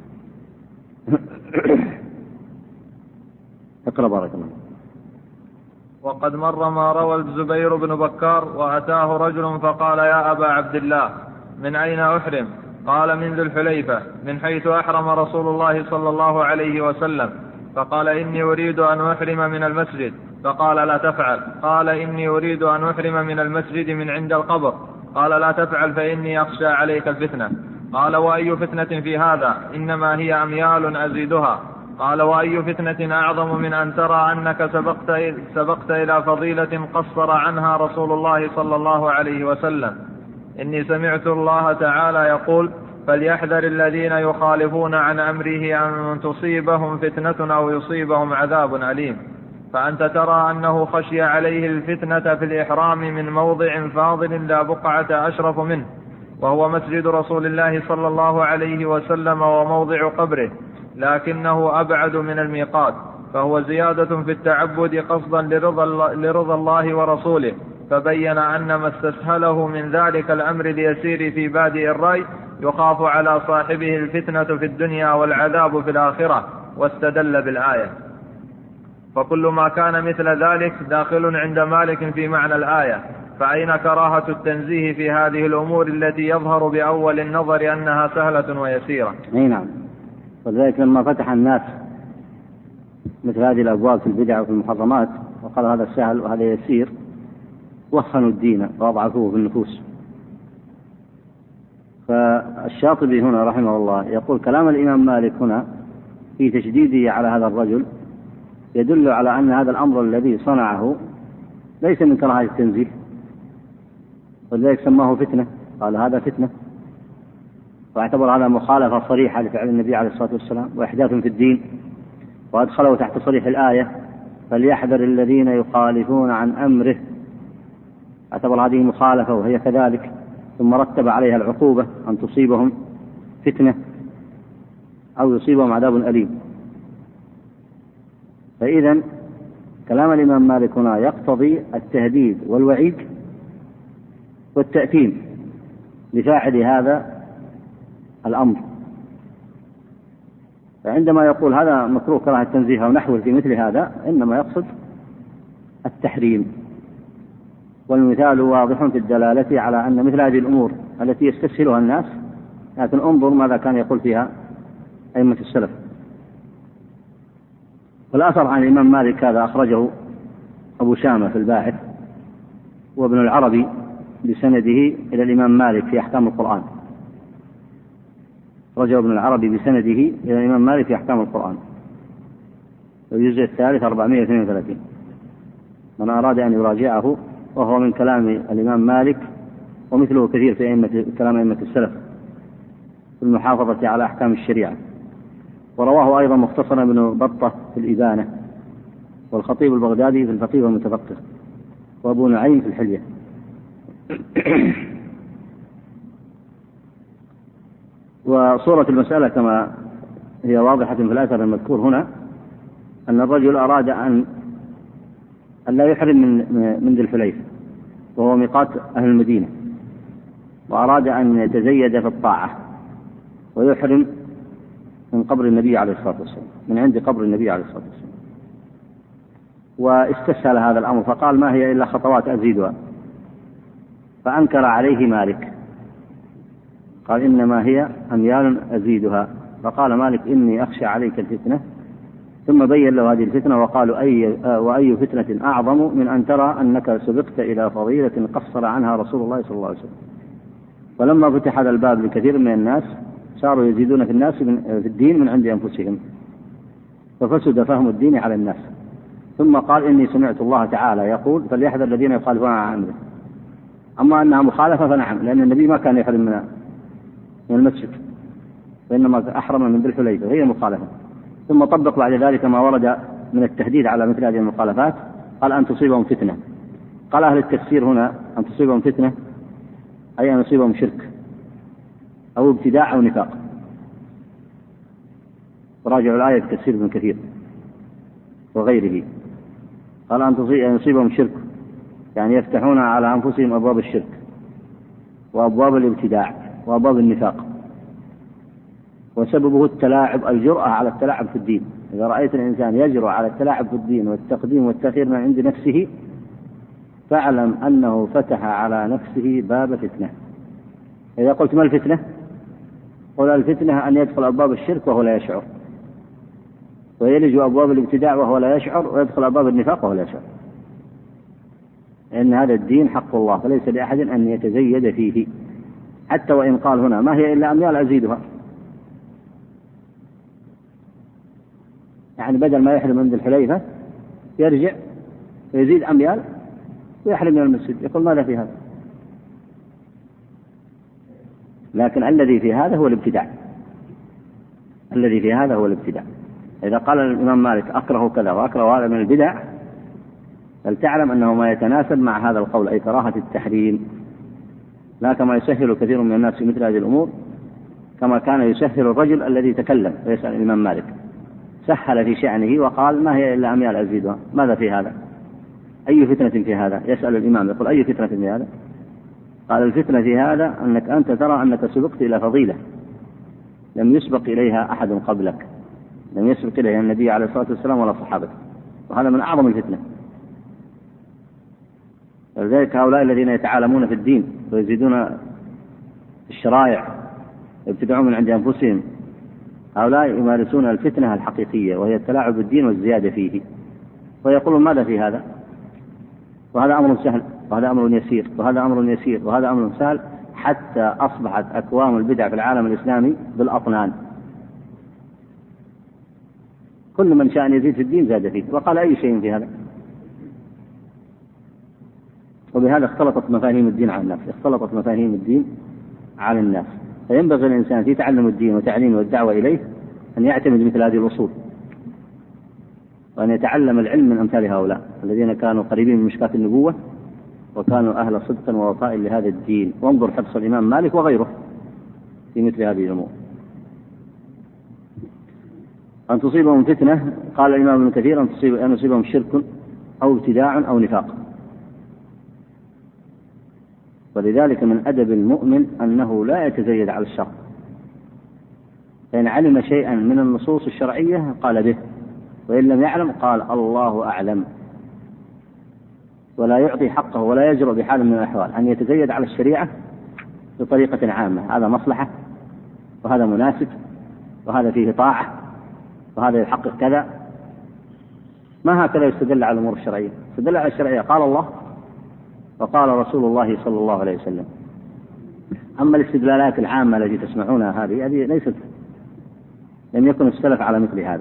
اقرأ بارك الله. وقد مر ما روى الزبير بن بكار وأتاه رجل فقال يا أبا عبد الله من أين أحرم؟ قال من ذي الحليفة، من حيث أحرم رسول الله صلى الله عليه وسلم. فقال إني أريد أن أحرم من المسجد. فقال لا تفعل. قال إني أريد أن أحرم من المسجد من عند القبر. قال لا تفعل فإني أخشى عليك الفتنة. قال وأي فتنة في هذا؟ إنما هي أميال أزيدها. قال وأي فتنة أعظم من أن ترى أنك سبقت, سبقت إلى فضيلة قصر عنها رسول الله صلى الله عليه وسلم. إني سمعت الله تعالى يقول فليحذر الذين يخالفون عن أمره أن تصيبهم فتنة أو يصيبهم عذاب أليم. فأنت ترى أنه خشي عليه الفتنة في الإحرام من موضع فاضل لا بقعة أشرف منه، وهو مسجد رسول الله صلى الله عليه وسلم وموضع قبره، لكنه أبعد من الميقات، فهو زيادة في التعبد قصدا لرضا, لرضا الله ورسوله. فبين أن ما استسهله من ذلك الأمر اليسير في بادئ الرأي يخاف على صاحبه الفتنة في الدنيا والعذاب في الآخرة، واستدل بالآية. فكل ما كان مثل ذلك داخل عند مالك في معنى الآية، فأين كراهة التنزيه في هذه الأمور التي يظهر بأول النظر أنها سهلة ويسيرة؟ أي نعم. ولذلك لما فتح الناس مثل هذه الأبواب في البدع وفي المحرمات وقال هذا سهل وهذا يسير، وخنوا الدين وأضعفوه في النفوس. فالشاطبي هنا رحمه الله يقول كلام الإمام مالك هنا في تشديده على هذا الرجل يدل على أن هذا الأمر الذي صنعه ليس من كراهة التنزيه، ولذلك سماه فتنة، قال هذا فتنة، واعتبر هذا مخالفة صريحة لفعل النبي عليه الصلاة والسلام وإحداث في الدين، وأدخله تحت صريح الآية فليحذر الذين يخالفون عن أمره، اعتبر هذه مخالفة وهي كذلك، ثم رتب عليها العقوبة أن تصيبهم فتنة أو يصيبهم عذاب أليم. فإذا كلام الإمام مالك هنا يقتضي التهديد والوعيد والتأثيم لفاعل هذا الأمر. فعندما يقول هذا مكروه كراهة التنزيه أو نحوه في مثل هذا إنما يقصد التحريم، والمثال واضح في الدلالة على أن مثل هذه الأمور التي يستسهلها الناس، لكن انظر ماذا كان يقول فيها أئمة السلف. والأثر عن الإمام مالك هذا أخرجه أبو شامة في الباحث وابن العربي بسنده إلى الإمام مالك في أحكام القرآن، رجع ابن العربي بسنده إلى الإمام مالك في أحكام القرآن الجزء الثالث أربعمائة واثنين وثلاثين، من أراد أن يراجعه، وهو من كلام الإمام مالك ومثله كثير في أئمة كلام أئمة السلف في المحافظة على أحكام الشريعة. ورواه أيضا مختصرا ابن بطة في الإبانة، والخطيب البغدادي في الفقيه والمتفقه، وأبو نعيم في الحلية. وصورة المسألة كما هي واضحة في الأثر المذكور هنا أن الرجل أراد أن لا يحرم من من ذي الحليفة وهو ميقات أهل المدينة، وأراد أن يتزيد في الطاعة ويحرم من قبر النبي عليه الصلاة والسلام، من عند قبر النبي عليه الصلاة والسلام، واستسهل هذا الأمر فقال ما هي إلا خطوات أزيدها، فأنكر عليه مالك، قال إنما هي أميال أزيدها، فقال مالك إني أخشى عليك الفتنة، ثم بين له هذه الفتنة وقالوا أي وأي فتنة أعظم من أن ترى أنك سبقت إلى فضيلة قصر عنها رسول الله صلى الله عليه وسلم. ولما فتح هذا الباب لكثير من الناس صاروا يزيدون في الناس في الدين من عند أنفسهم، ففسد فهم الدين على الناس. ثم قال إني سمعت الله تعالى يقول فليحذر الذين يخالفون عن أمره. أما أنها مخالفة فنعم، لأن النبي ما كان يحرم من من المسجد، وإنما أحرم من ذي الحليفة، هي مخالفة. ثم طبق بعد ذلك ما ورد من التهديد على مثل هذه المخالفات، قال أن تصيبهم فتنة. قال أهل التفسير هنا أن تصيبهم فتنة أي أن يصيبهم شرك أو ابتداع أو نفاق، وراجعوا الآية في تفسير ابن كثير وغيره. قال أن يصيبهم شرك يعني يفتحون على أنفسهم أبواب الشرك وأبواب الابتداع وأبواب النفاق، وسببه التلاعب، الجرأة على التلاعب في الدين. إذا رأيت الإنسان يجرؤ على التلاعب في الدين والتقديم والتأخير من عند نفسه فاعلم أنه فتح على نفسه باب فتنة. إذا قلت ما الفتنة؟ قل الفتنة أن يدخل أبواب الشرك وهو لا يشعر، ويلج أبواب الابتداع وهو لا يشعر، ويدخل أبواب النفاق وهو لا يشعر. لأن هذا الدين حق الله، فليس لأحد أن يتزيد فيه، حتى وإن قال هنا ما هي إلا أميال أزيدها، يعني بدل ما يحرم من ذي الحليفة يرجع ويزيد أميال ويحرم من المسجد. يقول ماذا في هذا؟ لكن الذي في هذا هو الابتداع، الذي في هذا هو الابتداع. إذا قال الإمام مالك أكره كذا وأكره هذا من البدع، فلتعلم أنه ما يتناسب مع هذا القول، أي كراهة التحريم، لا كما يسهل كثير من الناس في مثل هذه الأمور، كما كان يسهل الرجل الذي تكلم ويسأل الإمام مالك، سهل في شأنه وقال ما هي إلا أميال أزيدها. ماذا في هذا؟ أي فتنة في هذا؟ يسأل الإمام يقول أي فتنة في هذا؟ قال الفتنة في هذا أنك أنت ترى أنك سبقت إلى فضيلة لم يسبق إليها أحد قبلك، لم يسبق إليها النبي عليه الصلاة والسلام ولا صحابته، وهذا من أعظم الفتنة. ولذلك هؤلاء الذين يتعالمون في الدين ويزيدون الشرائع ويبتدعون من عند أنفسهم، هؤلاء يمارسون الفتنة الحقيقية، وهي التلاعب بالدين والزيادة فيه، ويقولون ماذا في هذا؟ وهذا أمر سهل، وهذا أمر يسير، وهذا أمر يسير، وهذا أمر سهل، حتى أصبحت أكوام البدع في العالم الإسلامي بالأطنان. كل من شاء أن يزيد في الدين زاد فيه. وقال أي شيء في هذا؟ وبهذا اختلطت مفاهيم الدين على الناس، اختلطت مفاهيم الدين على الناس. فينبغي الإنسان في تعلم الدين وتعليمه والدعوة إليه أن يعتمد مثل هذه الأصول، وأن يتعلم العلم من أمثال هؤلاء الذين كانوا قريبين من مشكاة النبوة وكانوا أهل صدق ووفاء لهذا الدين. وانظر حرص الإمام مالك وغيره في مثل هذه الأمور. أن تصيبهم فتنة، قال الإمام ابن كثير، أن تصيب أن يصيبهم شرك أو ابتداع أو نفاق. ولذلك من أدب المؤمن أنه لا يتزيد على الشر، فإن علم شيئا من النصوص الشرعية قال به، وإن لم يعلم قال الله أعلم، ولا يعطي حقه ولا يجرؤ بحال من الأحوال أن يتزيد على الشريعة بطريقة عامة. هذا مصلحة وهذا مناسب وهذا فيه طاعة وهذا يحقق كذا. ما هكذا يستدل على الأمور الشرعية. يستدل على الشرعية قال الله وقال رسول الله صلى الله عليه وسلم. أما الاستدلالات العامة التي تسمعونها هذه هذه ليست، لم يكن السلف على مثل هذا.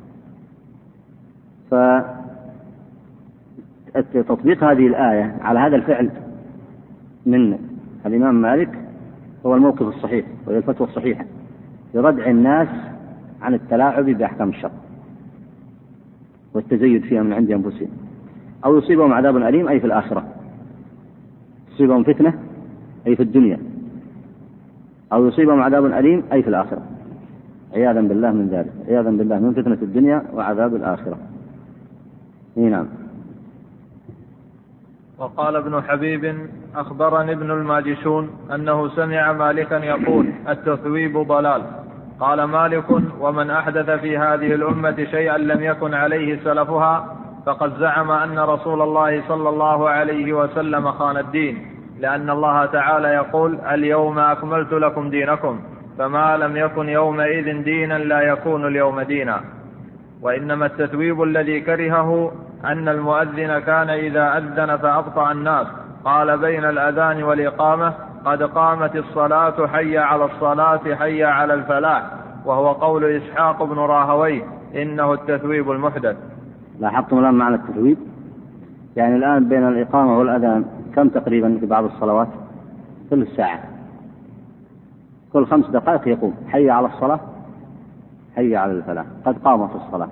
فتطبيق هذه الآية على هذا الفعل من الإمام مالك هو الموقف الصحيح وهي الفتوى الصحيحة لردع الناس عن التلاعب بأحكام الشرع والتزيد فيها من عند أنفسهم. أو يصيبهم عذاب أليم أي في الآخرة، يصيبهم فتنة أي في الدنيا، أو يصيبهم عذاب أليم أي في الآخرة، عياذا بالله من ذلك، عياذا بالله من فتنة الدنيا وعذاب الآخرة. نعم. وقال ابن حبيب أخبرني ابن الماجشون أنه سمع مالكا يقول التثويب ضلال. قال مالك ومن أحدث في هذه الأمة شيئا لم يكن عليه سلفها فقد زعم أن رسول الله صلى الله عليه وسلم خان الدين، لأن الله تعالى يقول اليوم أكملت لكم دينكم، فما لم يكن يومئذ دينا لا يكون اليوم دينا. وإنما التثويب الذي كرهه أن المؤذن كان إذا أذن فأبطأ الناس قال بين الأذان والإقامة قد قامت الصلاة حي على الصلاة حي على الفلاح، وهو قول إسحاق بن راهويه إنه التثويب المحدث. لاحظتم الآن معنى التثويب؟ يعني الآن بين الإقامة والأذان كم تقريبا في بعض الصلوات؟ كل ساعة، كل خمس دقائق يقوم حي على الصلاة حي على الفلاح قد قامت الصلاة،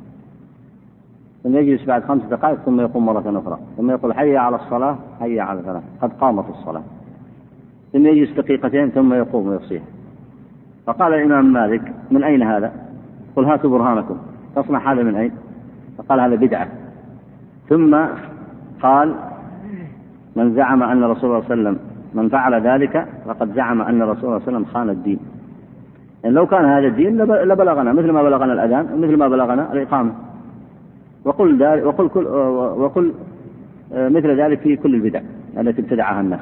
ثم يجلس بعد خمس دقائق ثم يقوم مرة أخرى ثم يقول حي على الصلاة حي على الفلاح قد قامت الصلاة، ثم يجلس دقيقتين ثم يقوم ويصيح. فقال الإمام مالك من أين هذا؟ قل هاتوا برهانكم، تصنع هذا من أين؟ فقال هذا بدعة. ثم قال من زعم أن رسول الله صلى الله عليه وسلم من فعل ذلك فقد زعم أن رسول الله صلى الله عليه وسلم خان الدين. يعني لو كان هذا الدين لبلغنا مثل ما بلغنا الأذان ومثل ما بلغنا الإقامة. وقل, وقل, كل وقل مثل ذلك في كل البدع التي ابتدعها الناس.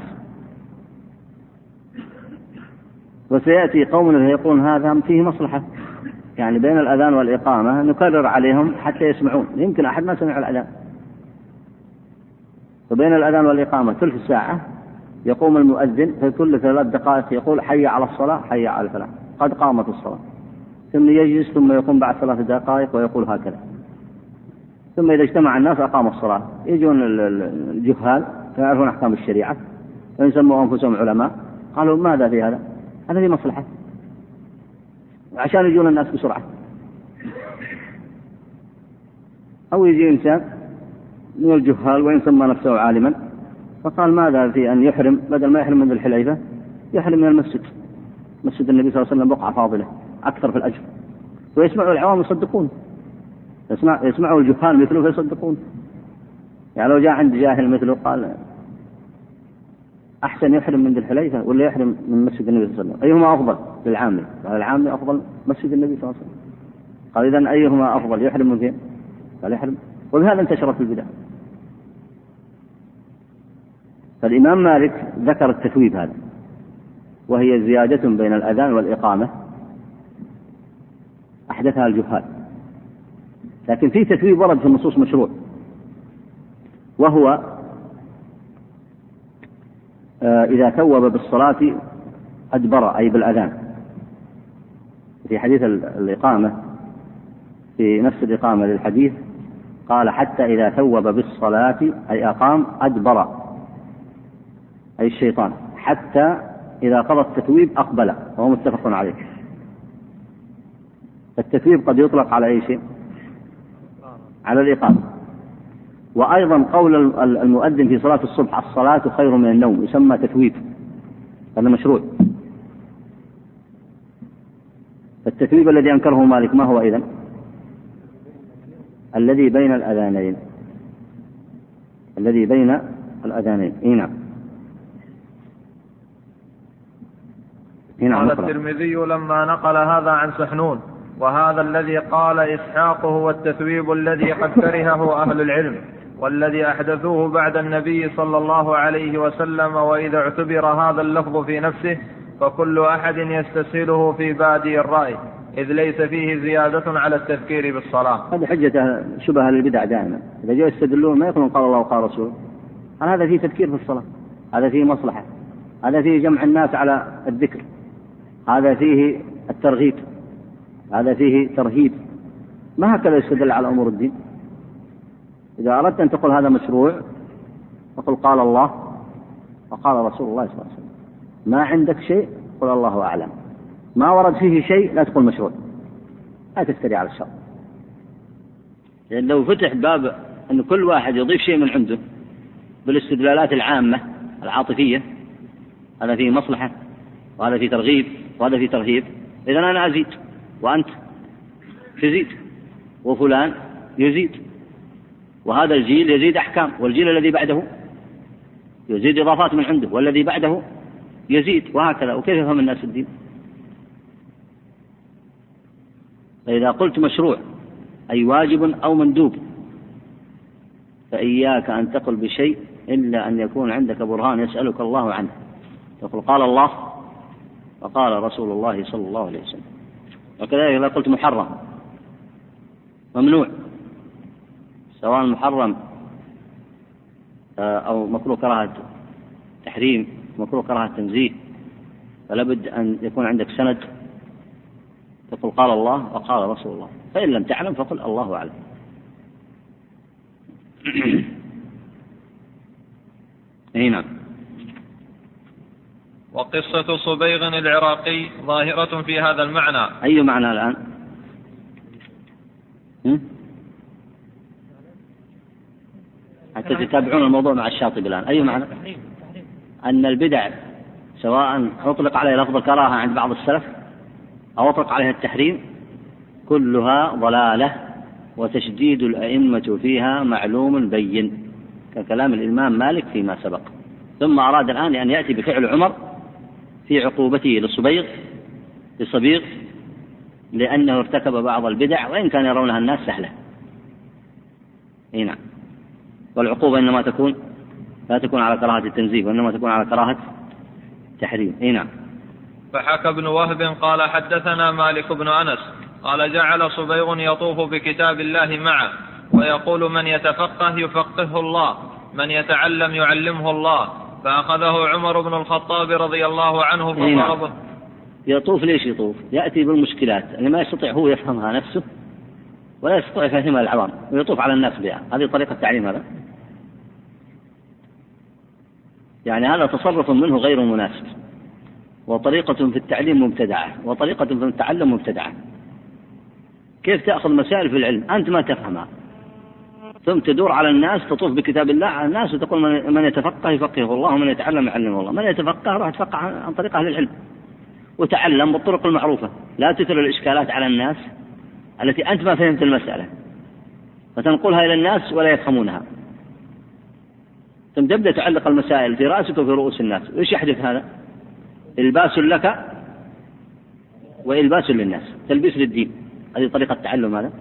وسيأتي قوم يقولون هذا فيه مصلحة، يعني بين الأذان والإقامة نكرر عليهم حتى يسمعون، يمكن أحد ما سمع الأذان، وبين الأذان والإقامة ثلث ساعة يقوم المؤذن في كل ثلاث دقائق يقول حي على الصلاة حي على الفلاح قد قامت الصلاة، ثم يجلس ثم يقوم بعد ثلاث دقائق ويقول هكذا، ثم إذا اجتمع الناس أقاموا الصلاة. يجون الجهال يعرفون أحكام الشريعة ويسموا أنفسهم علماء، قالوا ماذا في هذا؟ هذا في مصلحة عشان يجون الناس بسرعة. أو يجي إنسان من الجهال وإن سمى نفسه عالما فقال ماذا في أن يحرم بدل ما يحرم من الحليفة يحرم من المسجد، مسجد النبي صلى الله عليه وسلم بقعة فاضلة أكثر في الأجر، ويسمعوا العوام يصدقون، يسمع يسمعوا الجهال مثله فيصدقون. يعني لو جاء عند جاهل مثله قال أحسن يحرم من ذي الحليفة ولا يحرم من مسجد النبي صلى الله عليه وسلم، أيهما أفضل للعامة؟ قال العامة أفضل مسجد النبي صلى الله عليه وسلم. قال إذن أيهما أفضل يحرم من فين؟ قال يحرم. وبهذا انتشرت البدع. فالإمام مالك ذكر التثويب هذا، وهي زيادة بين الأذان والإقامة أحدثها الجهال، لكن في تثويب ورد في النصوص مشروع، وهو إذا ثوب بالصلاة أدبر أي بالأذان. في حديث الإقامة في نفس الإقامة للحديث قال حتى إذا ثوب بالصلاة أي أقام أدبر أي الشيطان، حتى إذا قضى التثويب أقبل، وهو متفق عليه. التثويب قد يطلق على أي شيء؟ على الإقامة. وأيضا قول المؤذن في صلاة الصبح الصلاة خير من النوم يسمى تثويب، هذا مشروع. التثويب الذي أنكره مالك ما هو إذن؟ الذي بين الأذانين، الذي بين الأذانين. إيه نعم. قال الترمذي لما نقل هذا عن سحنون: وهذا الذي قال إسحاق هو التثويب الذي قد كرهه أهل العلم، والذي أحدثوه بعد النبي صلى الله عليه وسلم. وإذا اعتبر هذا اللفظ في نفسه فكل أحد يستسهله في بادئ الرأي، إذ ليس فيه زيادة على التذكير بالصلاة. هذه حجة شبه للبدع دائما، إذا جاء يستدلون ما يقولون قال الله وقال رسوله، هذا فيه تذكير في الصلاة، هذا فيه مصلحة، هذا فيه جمع الناس على الذكر، هذا فيه الترغيب، هذا فيه ترهيب. ما هكذا يستدل على أمور الدين. إذا أردت أن تقول هذا مشروع فقل قال الله وقال رسول الله صلى الله عليه وسلم. ما عندك شيء قل الله أعلم. ما ورد فيه شيء لا تقول مشروع، لا تفتري على الشر. لأن لو فتح باب أن كل واحد يضيف شيء من عنده بالاستدلالات العامة العاطفية، هذا فيه مصلحة وهذا فيه ترغيب وهذا فيه ترهيب، إذن أنا أزيد وأنت تزيد وفلان يزيد، وهذا الجيل يزيد أحكام، والجيل الذي بعده يزيد إضافات من عنده، والذي بعده يزيد، وهكذا. وكيف يفهم الناس الدين؟ فإذا قلت مشروع أي واجب أو مندوب فإياك أن تقل بشيء إلا أن يكون عندك برهان يسألك الله عنه، تقول قال الله وقال رسول الله صلى الله عليه وسلم. وكذلك إذا قلت محرم ممنوع، سواء محرم أو مكروه كراهة تحريم، مكروه كراهة تنزيه، فلا بد أن يكون عندك سند تقول قال الله وقال رسول الله، فإن لم تعلم فقل الله أعلم. هنا وقصة صبيغ العراقي ظاهرة في هذا المعنى. أي معنى الآن؟ حتى تتابعون الموضوع مع الشاطبي الآن. أي معنى؟ أن البدع سواء أطلق عليها لفظ الكراهة عند بعض السلف أو أطلق عليها التحريم كلها ضلالة، وتشديد الأئمة فيها معلوم بين، ككلام الإمام مالك فيما سبق. ثم أراد الآن أن يأتي بفعل عمر في عقوبته للصبيغ للصبيغ لأنه ارتكب بعض البدع وإن كان يرونها الناس سهلة. هنا والعقوبة إنما تكون لا تكون على كراهة التنزيه، وإنما تكون على كراهة التحريم. هنا فحكى ابن وهب قال حدثنا مالك بن أنس قال جعل صبيغ يطوف بكتاب الله معه ويقول من يتفقه يفقهه الله، من يتعلم يعلمه الله، فأخذه عمر بن الخطاب رضي الله عنه فضربه. يطوف ليش يطوف؟ يأتي بالمشكلات اللي ما يستطيع هو يفهمها نفسه ولا يستطيع فهمها العوام، ويطوف على الناس بها. هذه طريقة تعليم هذا، يعني هذا تصرف منه غير مناسب، وطريقة في التعليم مبتدعة، وطريقة في التعلم مبتدعة. كيف تأخذ مسائل في العلم أنت ما تفهمها ثم تدور على الناس تطوف بكتاب الله على الناس وتقول من يتفقه يفقهه الله ومن يتعلم يعلمه الله؟ من يتفقه راح يتفقه عن طريق أهل العلم وتعلم بالطرق المعروفة، لا تثر الإشكالات على الناس التي أنت ما فهمت المسألة فتنقلها إلى الناس ولا يفهمونها، ثم تبدأ تعلق المسائل في رأسك وفي رؤوس الناس. وإيش يحدث هذا؟ إلباس لك وإلباس للناس، تلبيس للدين. هذه طريقة تعلم هذا.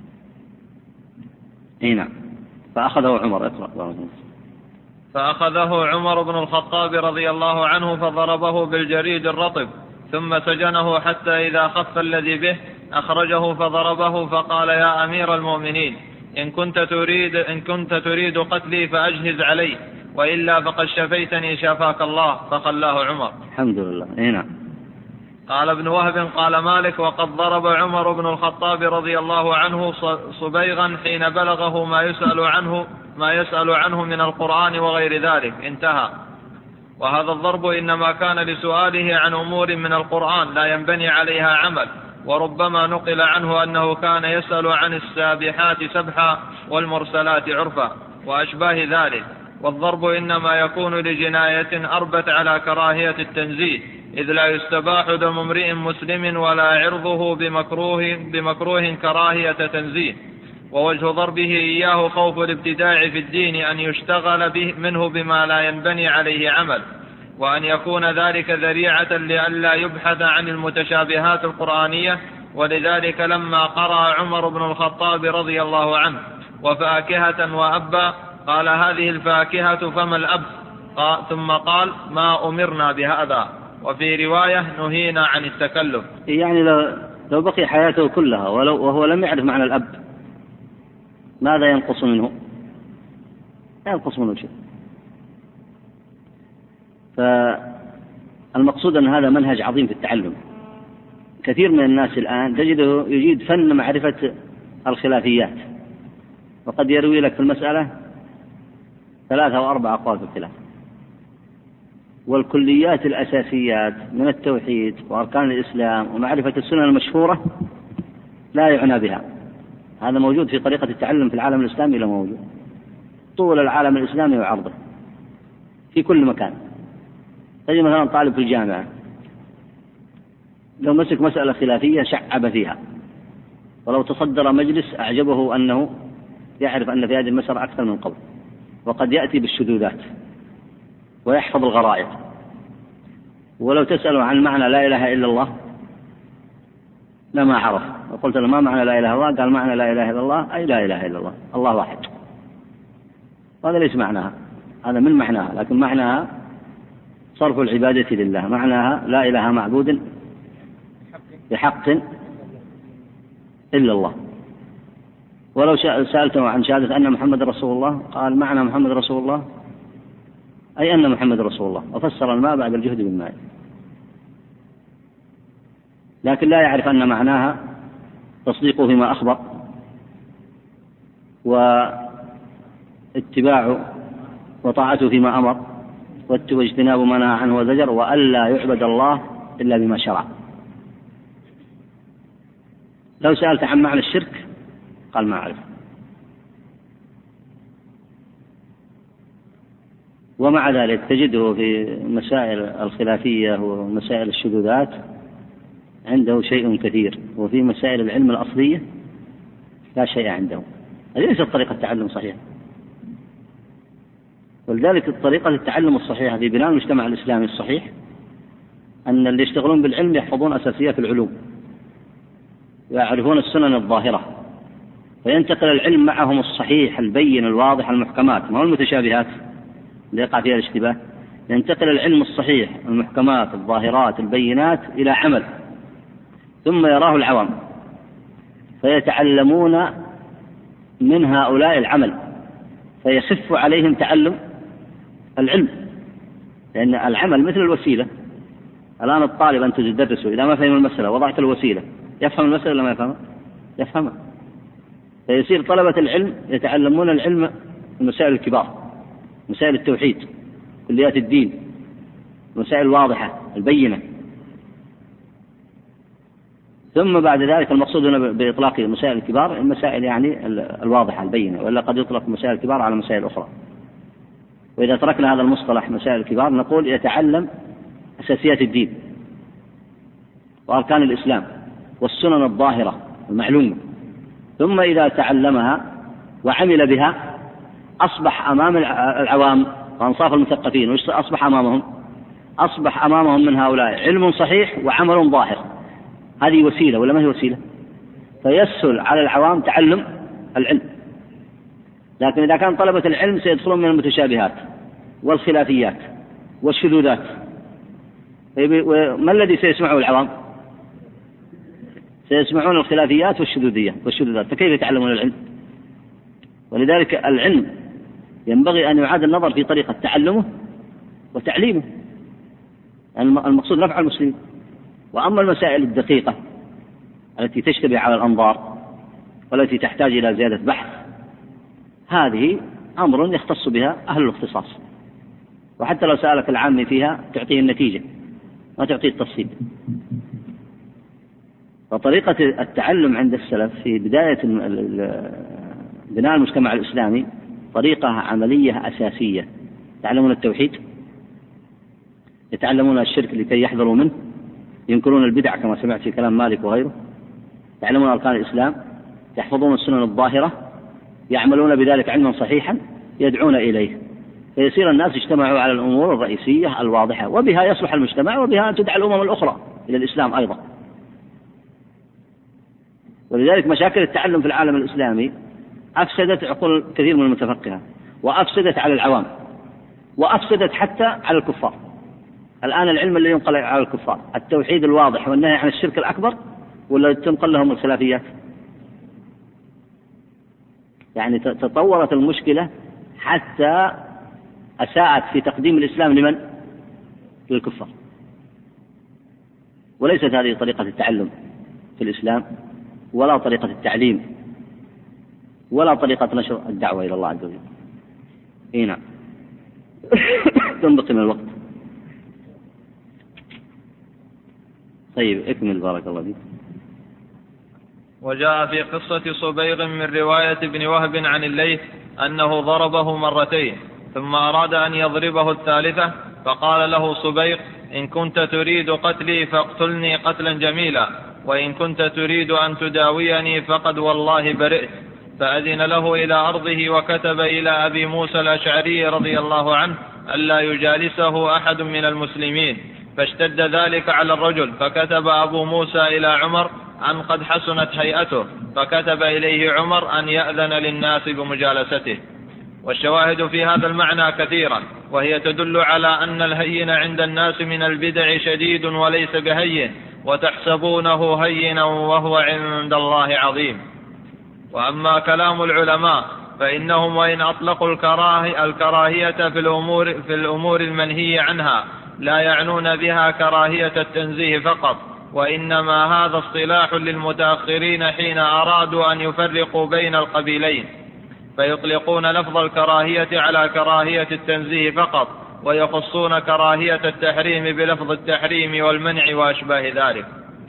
هنا فأخذه عمر اقرأ فأخذه عمر بن الخطاب رضي الله عنه فضربه بالجريد الرطب ثم سجنه حتى إذا خف الذي به أخرجه فضربه فقال يا أمير المؤمنين إن كنت تريد إن كنت تريد قتلي فأجهز عليه وإلا فقد شفيتني شفاك الله، فخلاه عمر. الحمد لله. هنا قال ابن وهب قال مالك وقد ضرب عمر بن الخطاب رضي الله عنه صبيغا حين بلغه ما يسأل عنه ما يسأل عنه من القرآن وغير ذلك، انتهى. وهذا الضرب إنما كان لسؤاله عن أمور من القرآن لا ينبني عليها عمل، وربما نقل عنه أنه كان يسأل عن السابحات سبحا والمرسلات عرفا وأشباه ذلك. والضرب إنما يكون لجناية أربت على كراهية التنزيه، إذ لا يستباح دم امرئ مسلم ولا عرضه بمكروه, بمكروه كراهية تنزيه. ووجه ضربه إياه خوف الابتداع في الدين أن يشتغل به منه بما لا ينبني عليه عمل، وأن يكون ذلك ذريعة لئلا يبحث عن المتشابهات القرآنية. ولذلك لما قرأ عمر بن الخطاب رضي الله عنه وفاكهة وأبا قال هذه الفاكهة فما الأب؟ قال ثم قال ما أمرنا بهذا. وفي رواية نهينا عن التكلف. يعني لو, لو بقي حياته كلها ولو وهو لم يعرف معنى الأب ماذا ينقص منه؟ لا ينقص منه شيء. فالمقصود أن هذا منهج عظيم في التعلم. كثير من الناس الآن تجده يجيد فن معرفة الخلافيات، وقد يروي لك في المسألة ثلاثة أو أربع أقوال في الخلاف، والكليات الأساسيات من التوحيد وأركان الإسلام ومعرفة السنن المشهورة لا يعنى بها. هذا موجود في طريقة التعلم في العالم الإسلامي، لا موجود طول العالم الإسلامي وعرضه في كل مكان. تجد مثلا طالب في الجامعة لو مسك مسألة خلافية شعب فيها، ولو تصدر مجلس أعجبه أنه يعرف أن في هذه المسألة أكثر من قبل، وقد يأتي بالشذوذات ويحفظ الغرائب. ولو تسأله عن معنى لا إله إلا الله لما عرف، وقلت له ما معنى لا إله إلا الله؟ قال معنى لا إله إلا الله أي لا إله إلا الله، الله واحد. هذا ليس معناها، هذا من معناها، لكن معناها صرف العبادة لله، معناها لا إله معبود بحق إلا الله. ولو سألته عن شهادة أن محمد رسول الله قال معنى محمد رسول الله أي أن محمد رسول الله، وفسر الماء بعد الجهد بالماء، لكن لا يعرف أن معناها تصديقه فيما أخبر واتباع وطاعته فيما أمر واجتناب ما نهى عنه وزجر، وألا يعبد الله إلا بما شرع. لو سألت عن معنى الشرك قال ما أعرف. ومع ذلك تجده في مسائل الخلافية ومسائل الشذوذات عنده شيء كثير، وفي مسائل العلم الأصلية لا شيء عنده. هذه ليست طريقة التعلم صحيحة. ولذلك طريقة التعلم الصحيحة في بناء المجتمع الإسلامي الصحيح أن اللي يشتغلون بالعلم يحفظون أساسيات العلوم، يعرفون السنن الظاهرة، فينتقل العلم معهم الصحيح البين الواضح المحكمات، ما هو المتشابهات اللي يقع فيها الاشتباه. ينتقل العلم الصحيح المحكمات الظاهرات البينات إلى عمل، ثم يراه العوام فيتعلمون من هؤلاء العمل، فيخف عليهم تعلم العلم، لأن العمل مثل الوسيلة. الآن الطالب أنت تدرسه إذا ما فهم المسألة وضعت الوسيلة يفهم المسألة ولا ما يفهمها؟ يفهمها. فيصير طلبة العلم يتعلمون العلم المسائل الكبار، مسائل التوحيد، كليات الدين، مسائل واضحة البينة. ثم بعد ذلك المقصود هنا بإطلاق المسائل الكبار المسائل يعني الواضحة البينة، وإلا قد يطلق مسائل الكبار على مسائل أخرى. وإذا تركنا هذا المصطلح مسائل الكبار نقول يتعلم أساسيات الدين وأركان الإسلام والسنن الظاهرة المعلومة، ثم إذا تعلمها وعمل بها أصبح أمام العوام وأنصاف المثقفين، وأصبح أمامهم أصبح أمامهم من هؤلاء علم صحيح وعمل ظاهر. هذه وسيلة ولا ما هي وسيلة؟ فيسهل على العوام تعلم العلم. لكن إذا كان طلبة العلم سيدخلون من المتشابهات والخلافيات والشذوذات، ما الذي سيسمعه العوام؟ سيسمعون الخلافيات والشذوذية والشذوذات، فكيف يتعلمون العلم؟ ولذلك العلم ينبغي أن يعاد النظر في طريقة تعلمه وتعليمه. المقصود نفع المسلمين. وأما المسائل الدقيقة التي تشتبه على الأنظار والتي تحتاج إلى زيادة بحث، هذه أمر يختص بها أهل الاختصاص، وحتى لو سألك العامي فيها تعطيه النتيجة ما تعطيه التفصيل. وطريقة التعلم عند السلف في بداية بناء المجتمع الإسلامي طريقة عملية أساسية. يتعلمون التوحيد، يتعلمون الشرك لكي يحذروا منه، ينكرون البدع كما سمعت في كلام مالك وغيره، يعلمون أركان الإسلام، يحفظون السنن الظاهرة، يعملون بذلك علما صحيحا يدعون إليه، فيصير الناس اجتمعوا على الأمور الرئيسية الواضحة، وبها يصلح المجتمع وبها تدعى الأمم الأخرى إلى الإسلام أيضا. ولذلك مشاكل التعلم في العالم الإسلامي أفسدت عقول كثير من المتفقهة، وأفسدت على العوام، وأفسدت حتى على الكفار. الآن العلم اللي ينقل على الكفار التوحيد الواضح والنهي عن الشرك الأكبر، ولا تنقل لهم الخلافيات؟ يعني تطورت المشكلة حتى أساءت في تقديم الإسلام لمن؟ للكفار. وليست هذه طريقة التعلم في الإسلام، ولا طريقة التعليم، ولا طريقة نشر الدعوة إلى الله عز وجل. إيه نعم. تنبقي من الوقت. طيب اكمل بارك الله فيك. وجاء في قصة صبيغ من رواية ابن وهب عن الليث أنه ضربه مرتين ثم أراد أن يضربه الثالثة، فقال له صبيغ: إن كنت تريد قتلي فاقتلني قتلا جميلا، وإن كنت تريد أن تداويني فقد والله برئت. فأذن له إلى أرضه، وكتب إلى أبي موسى الأشعري رضي الله عنه ألا يجالسه أحد من المسلمين، فاشتد ذلك على الرجل، فكتب أبو موسى إلى عمر أن قد حسنت هيئته، فكتب إليه عمر أن يأذن للناس بمجالسته. والشواهد في هذا المعنى كثيرا، وهي تدل على أن الهين عند الناس من البدع شديد وليس بهين، وتحسبونه هينا وهو عند الله عظيم. وأما كلام العلماء فإنهم وإن أطلقوا الكراهية, الكراهية في الأمور, في الأمور المنهي عنها لا يعنون بها كراهية التنزيه فقط، وإنما هذا اصطلاح للمتأخرين حين أرادوا أن يفرقوا بين القبيلين، فيطلقون لفظ الكراهية على كراهية التنزيه فقط، ويخصون كراهية التحريم بلفظ التحريم والمنع وأشباه ذلك.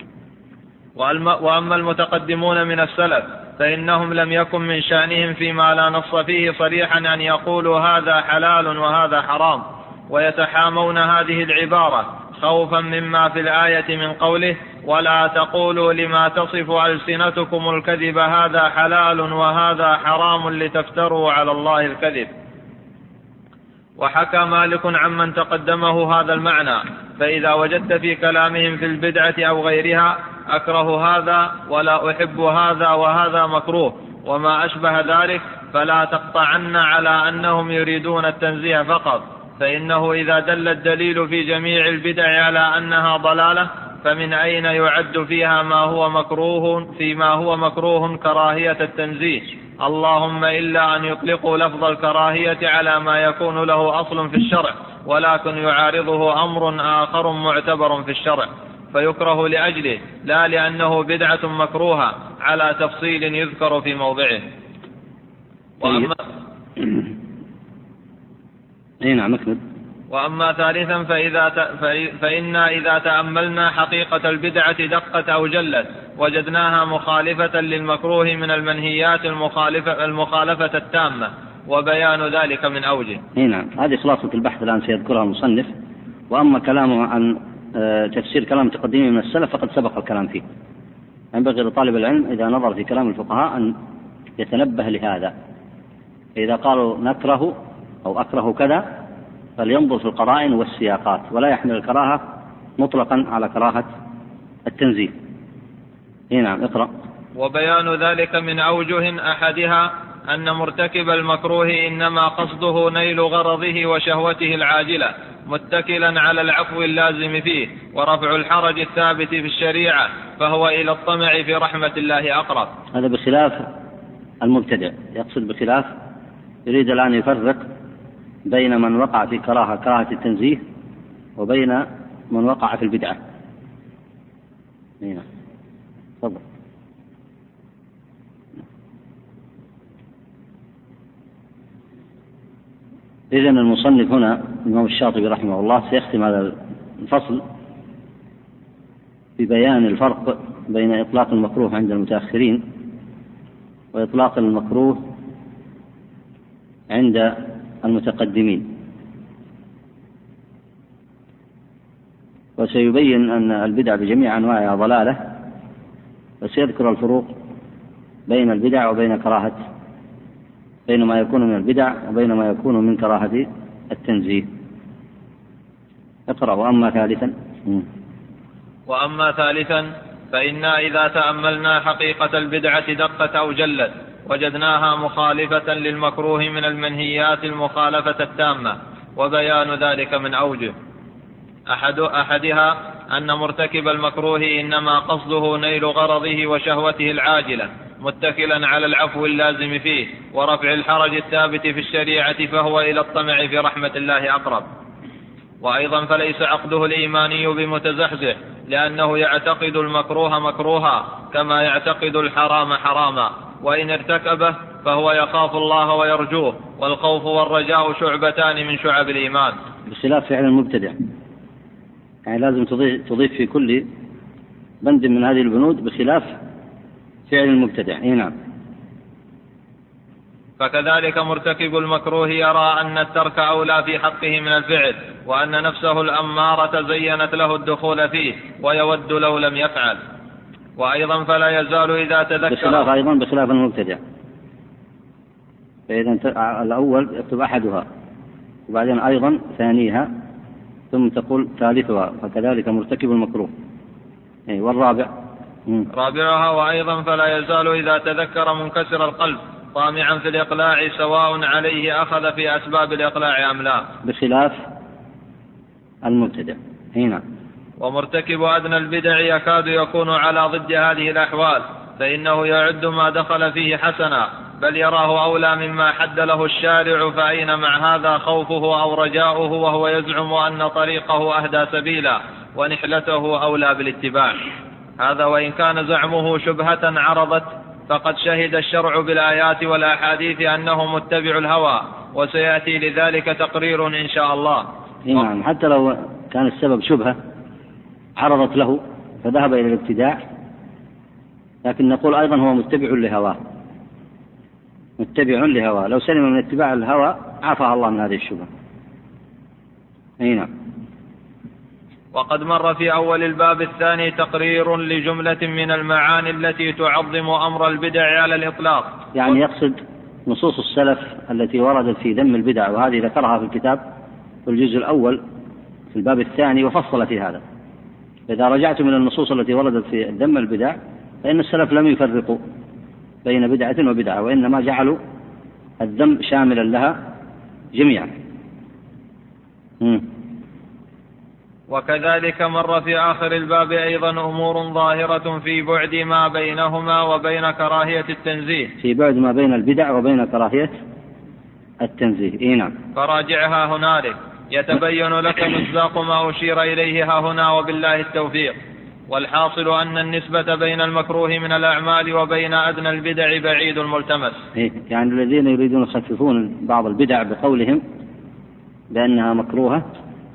وأما المتقدمون من السلف فإنهم لم يكن من شأنهم فيما لا نص فيه صريحا أن يقولوا هذا حلال وهذا حرام، ويتحامون هذه العبارة خوفا مما في الآية من قوله: ولا تقولوا لما تصف ألسنتكم الكذب هذا حلال وهذا حرام لتفتروا على الله الكذب. وحكى مالك عمن تقدمه هذا المعنى: فإذا وجدت في كلامهم في البدعة أو غيرها أكره هذا ولا أحب هذا وهذا مكروه وما أشبه ذلك، فلا تقطعن على أنهم يريدون التنزيه فقط، فإنه إذا دل الدليل في جميع البدع على أنها ضلالة، فمن أين يعد فيها ما هو مكروه فيما هو مكروه كراهية التنزيه؟ اللهم إلا أن يطلقوا لفظ الكراهية على ما يكون له أصل في الشرع، ولكن يعارضه أمر آخر معتبر في الشرع فيكره لأجله، لا لأنه بدعة مكروهة على تفصيل يذكر في موضعه. وأما نعم أكمل. وأما ثالثا فإذا ت... فإنا إذا تأملنا حقيقة البدعة دقت أو جلت وجدناها مخالفة للمكروه من المنهيات المخالفة, المخالفة التامة، وبيان ذلك من أوجه. نعم، هذه خلاصة البحث الآن سيذكرها المصنف. وأما كلامه عن تفسير كلام تقديمه من السلف فقد سبق الكلام فيه. ينبغي لطالب العلم إذا نظر في كلام الفقهاء أن يتنبه لهذا. إذا قالوا نكره أو أكره كذا فلينظر في القرائن والسياقات، ولا يحمل الكراهة مطلقا على كراهة التنزيه. نعم اقرأ. وبيان ذلك من أوجه، أحدها أن مرتكب المكروه إنما قصده نيل غرضه وشهوته العاجلة متكلا على العفو اللازم فيه ورفع الحرج الثابت في الشريعة، فهو إلى الطمع في رحمة الله أقرب. هذا بخلاف المبتدع، يقصد بخلاف، يريد الآن يفرق بين من وقع في كراهة كراهة التنزيه وبين من وقع في البدعة. هنا تفضل. إذن المصنف هنا الإمام الشاطبي رحمه الله سيختم هذا الفصل ببيان الفرق بين إطلاق المكروه عند المتأخرين وإطلاق المكروه عند المتقدمين، وسيبين أن البدع بجميع أنواعها ضلالة، وسيذكر الفروق بين البدع وبين كراهة بين ما يكون من البدع وبين ما يكون من كراهة التنزيه. اقرأ. وأما ثالثا وأما ثالثا فإنا إذا تأملنا حقيقة البدعة دقت أو جلت وجدناها مخالفة للمكروه من المنهيات المخالفة التامة، وبيان ذلك من أوجه. أحد أحدها أن مرتكب المكروه إنما قصده نيل غرضه وشهوته العاجلة متكلا على العفو اللازم فيه ورفع الحرج الثابت في الشريعة، فهو إلى الطمع في رحمة الله أقرب. وأيضا فليس عقده الإيماني بمتزحزح، لأنه يعتقد المكروه مكروها كما يعتقد الحرام حراما، وإن ارتكبه فهو يخاف الله ويرجوه، والخوف والرجاء شعبتان من شعب الإيمان، بخلاف فعل المبتدع. يعني لازم تضيف في كل بند من هذه البنود بخلاف فعل المبتدع. نعم. فكذلك مرتكب المكروه يرى أن الترك أولى في حقه من الفعل، وأن نفسه الأمارة زينت له الدخول فيه ويود لو لم يفعل. وأيضا فلا يزال إذا تذكر بخلاف أيضا بخلاف المبتدع. فإذا الأول يكتب أحدها وبعدين أيضا ثانيها ثم تقول ثالثها، فكذلك مرتكب المكروه. والرابع رابعها وأيضا فلا يزال إذا تذكر منكسر القلب طامعا في الإقلاع سواء عليه أخذ في أسباب الإقلاع أم لا، بخلاف المبتدع. هنا ومرتكب أدنى البدع يكاد يكون على ضد هذه الأحوال، فإنه يعد ما دخل فيه حسنا، بل يراه أولى مما حد له الشارع، فأين مع هذا خوفه أو رجاؤه وهو يزعم أن طريقه أهدى سبيلا ونحلته أولى بالاتباع. هذا وإن كان زعمه شبهة عرضت، فقد شهد الشرع بالآيات والأحاديث أنه متبع الهوى، وسيأتي لذلك تقرير إن شاء الله. نعم. حتى لو كان السبب شبهة عرضت له فذهب إلى الابتداع، لكن نقول أيضا هو متبع لهواه متبع لهواه لو سلم من اتباع الهوى عافاه الله من هذه الشبهة. نعم. وقد مر في أول الباب الثاني تقرير لجملة من المعاني التي تعظم أمر البدع على الإطلاق. يعني يقصد نصوص السلف التي وردت في ذم البدع، وهذه ذكرها في الكتاب في الجزء الأول في الباب الثاني وفصل في هذا. إذا رجعت من النصوص التي وردت في ذم البدع فإن السلف لم يفرقوا بين بدعة وبدعة، وإنما جعلوا الذم شاملا لها جميعا. م. وكذلك مر في آخر الباب أيضا أمور ظاهرة في بعد ما بينهما وبين كراهية التنزيه في بعد ما بين البدع وبين كراهية التنزيه. إيه نعم. فراجعها هنالك يتبين لك مصداق ما أشير إليه ها هنا، وبالله التوفيق. والحاصل أن النسبة بين المكروه من الأعمال وبين أدنى البدع بعيد الملتمس. إيه يعني الذين يريدون يخففون بعض البدع بقولهم بأنها مكروهة،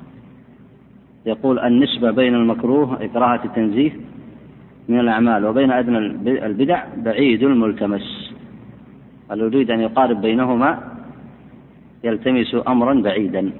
يقول النسبة بين المكروه إكراهة التنزيه من الأعمال وبين أدنى البدع بعيد الملتمس. اللي يريد أن يقارب بينهما يلتمس أمرا بعيدا.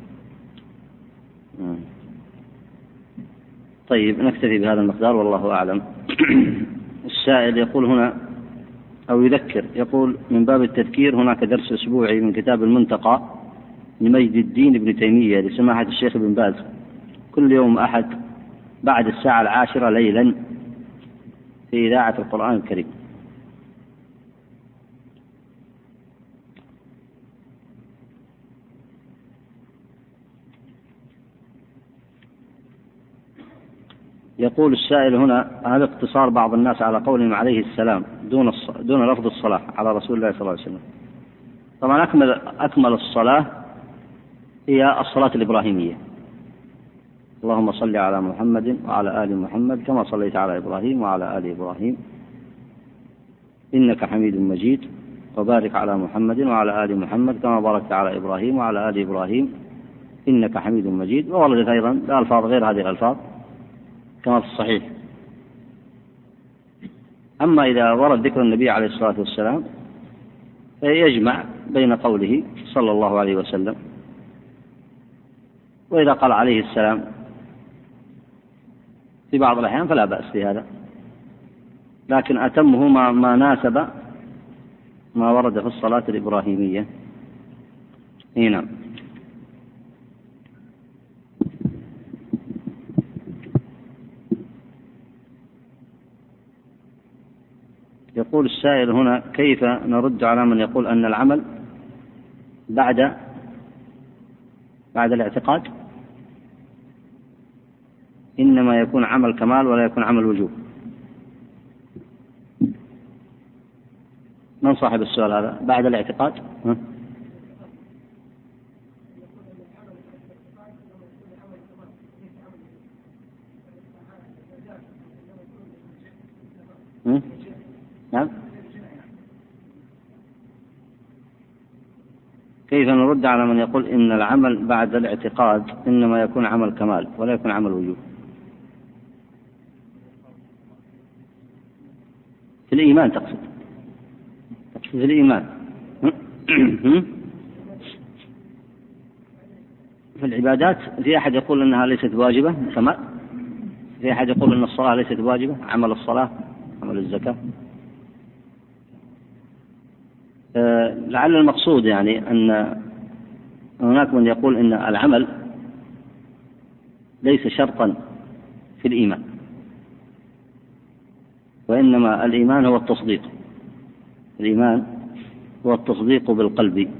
طيب نكتفي بهذا المقدار والله أعلم. السائل يقول هنا أو يذكر، يقول من باب التذكير هناك درس أسبوعي من كتاب المنتقى لمجد الدين ابن تيمية لسماحة الشيخ ابن باز كل يوم أحد بعد الساعة العاشرة ليلا في إذاعة القرآن الكريم. يقول السائل هنا هل اقتصار بعض الناس على قولهم عليه السلام دون دون لفظ الصلاة على رسول الله صلى الله عليه وسلم؟ طبعا أكمل أكمل الصلاة هي الصلاة الإبراهيمية، اللهم صل على محمد وعلى آل محمد كما صليت على إبراهيم وعلى آل إبراهيم إنك حميد مجيد، وبارك على محمد وعلى آل محمد كما باركت على إبراهيم وعلى آل إبراهيم إنك حميد مجيد. ووردت أيضا بألفاظ غير هذه الألفاظ كما في الصحيح. أما إذا ورد ذكر النبي عليه الصلاة والسلام فيجمع بين قوله صلى الله عليه وسلم، وإذا قال عليه السلام في بعض الأحيان فلا بأس بهذا، لكن أتمه ما, ما ناسب ما ورد في الصلاة الإبراهيمية. هنا يقول السائل هنا: كيف نرد على من يقول أن العمل بعد بعد الاعتقاد إنما يكون عمل كمال ولا يكون عمل وجوب؟ من صاحب السؤال هذا؟ بعد الاعتقاد ها؟ ها؟ نعم. كيف نرد على من يقول إن العمل بعد الاعتقاد إنما يكون عمل كمال ولا يكون عمل وجوب؟ في الإيمان تقصد؟ تقصد في الإيمان. في العبادات في أحد يقول أنها ليست واجبة كمال، في أحد يقول أن الصلاة ليست واجبة، عمل الصلاة عمل الزكاة. أه لعل المقصود يعني أن هناك من يقول أن العمل ليس شرطا في الإيمان، وإنما الإيمان هو التصديق، الإيمان هو التصديق بالقلب،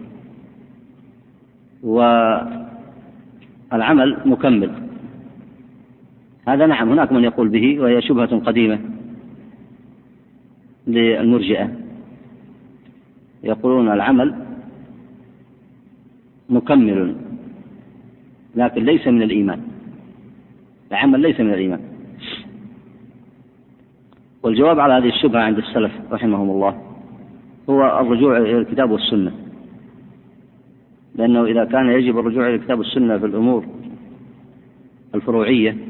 والعمل مكمل. هذا نعم هناك من يقول به، وهي شبهة قديمة للمرجئة، يقولون العمل مكمل لكن ليس من الإيمان، العمل ليس من الإيمان. والجواب على هذه الشبهة عند السلف رحمهم الله هو الرجوع إلى الكتاب والسنة، لأنه إذا كان يجب الرجوع إلى الكتاب والسنة في الأمور الفروعية